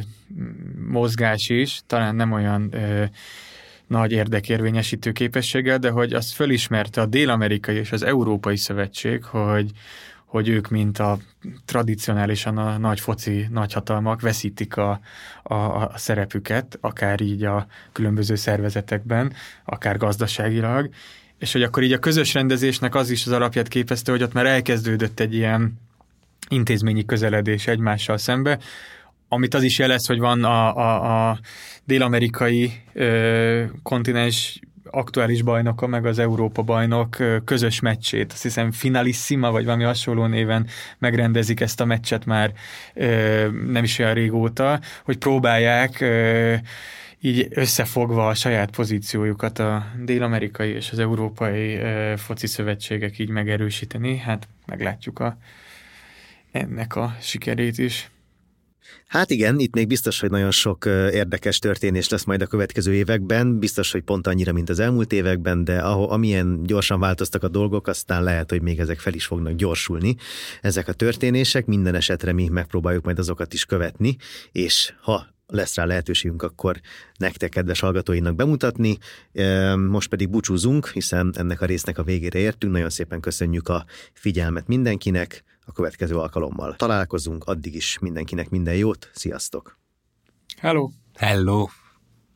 mozgás is, talán nem olyan nagy érdekérvényesítő képességgel, de hogy azt fölismerte a Dél-Amerikai és az Európai Szövetség, hogy ők, mint a tradicionálisan a nagy foci nagyhatalmak veszítik a szerepüket, akár így a különböző szervezetekben, akár gazdaságilag, és hogy akkor így a közös rendezésnek az is az alapját képezte, hogy ott már elkezdődött egy ilyen intézményi közeledés egymással szembe, amit az is jelez, hogy van a dél-amerikai kontinens aktuális bajnoka, meg az Európa bajnok közös meccsét. Azt hiszem Finalissima, vagy valami hasonló néven megrendezik ezt a meccset már nem is olyan régóta, hogy próbálják így összefogva a saját pozíciójukat a dél-amerikai és az európai foci szövetségek így megerősíteni. Hát meglátjuk ennek a sikerét is. Hát igen, itt még biztos, hogy nagyon sok érdekes történés lesz majd a következő években, biztos, hogy pont annyira, mint az elmúlt években, de amilyen gyorsan változtak a dolgok, aztán lehet, hogy még ezek fel is fognak gyorsulni, ezek a történések. Minden esetre mi megpróbáljuk majd azokat is követni, és ha lesz rá lehetőségünk, akkor nektek, kedves hallgatóinak bemutatni. Most pedig búcsúzunk, hiszen ennek a résznek a végére értünk. Nagyon szépen köszönjük a figyelmet mindenkinek. A következő alkalommal találkozunk, addig is mindenkinek minden jót. Sziasztok! Hello! Hello!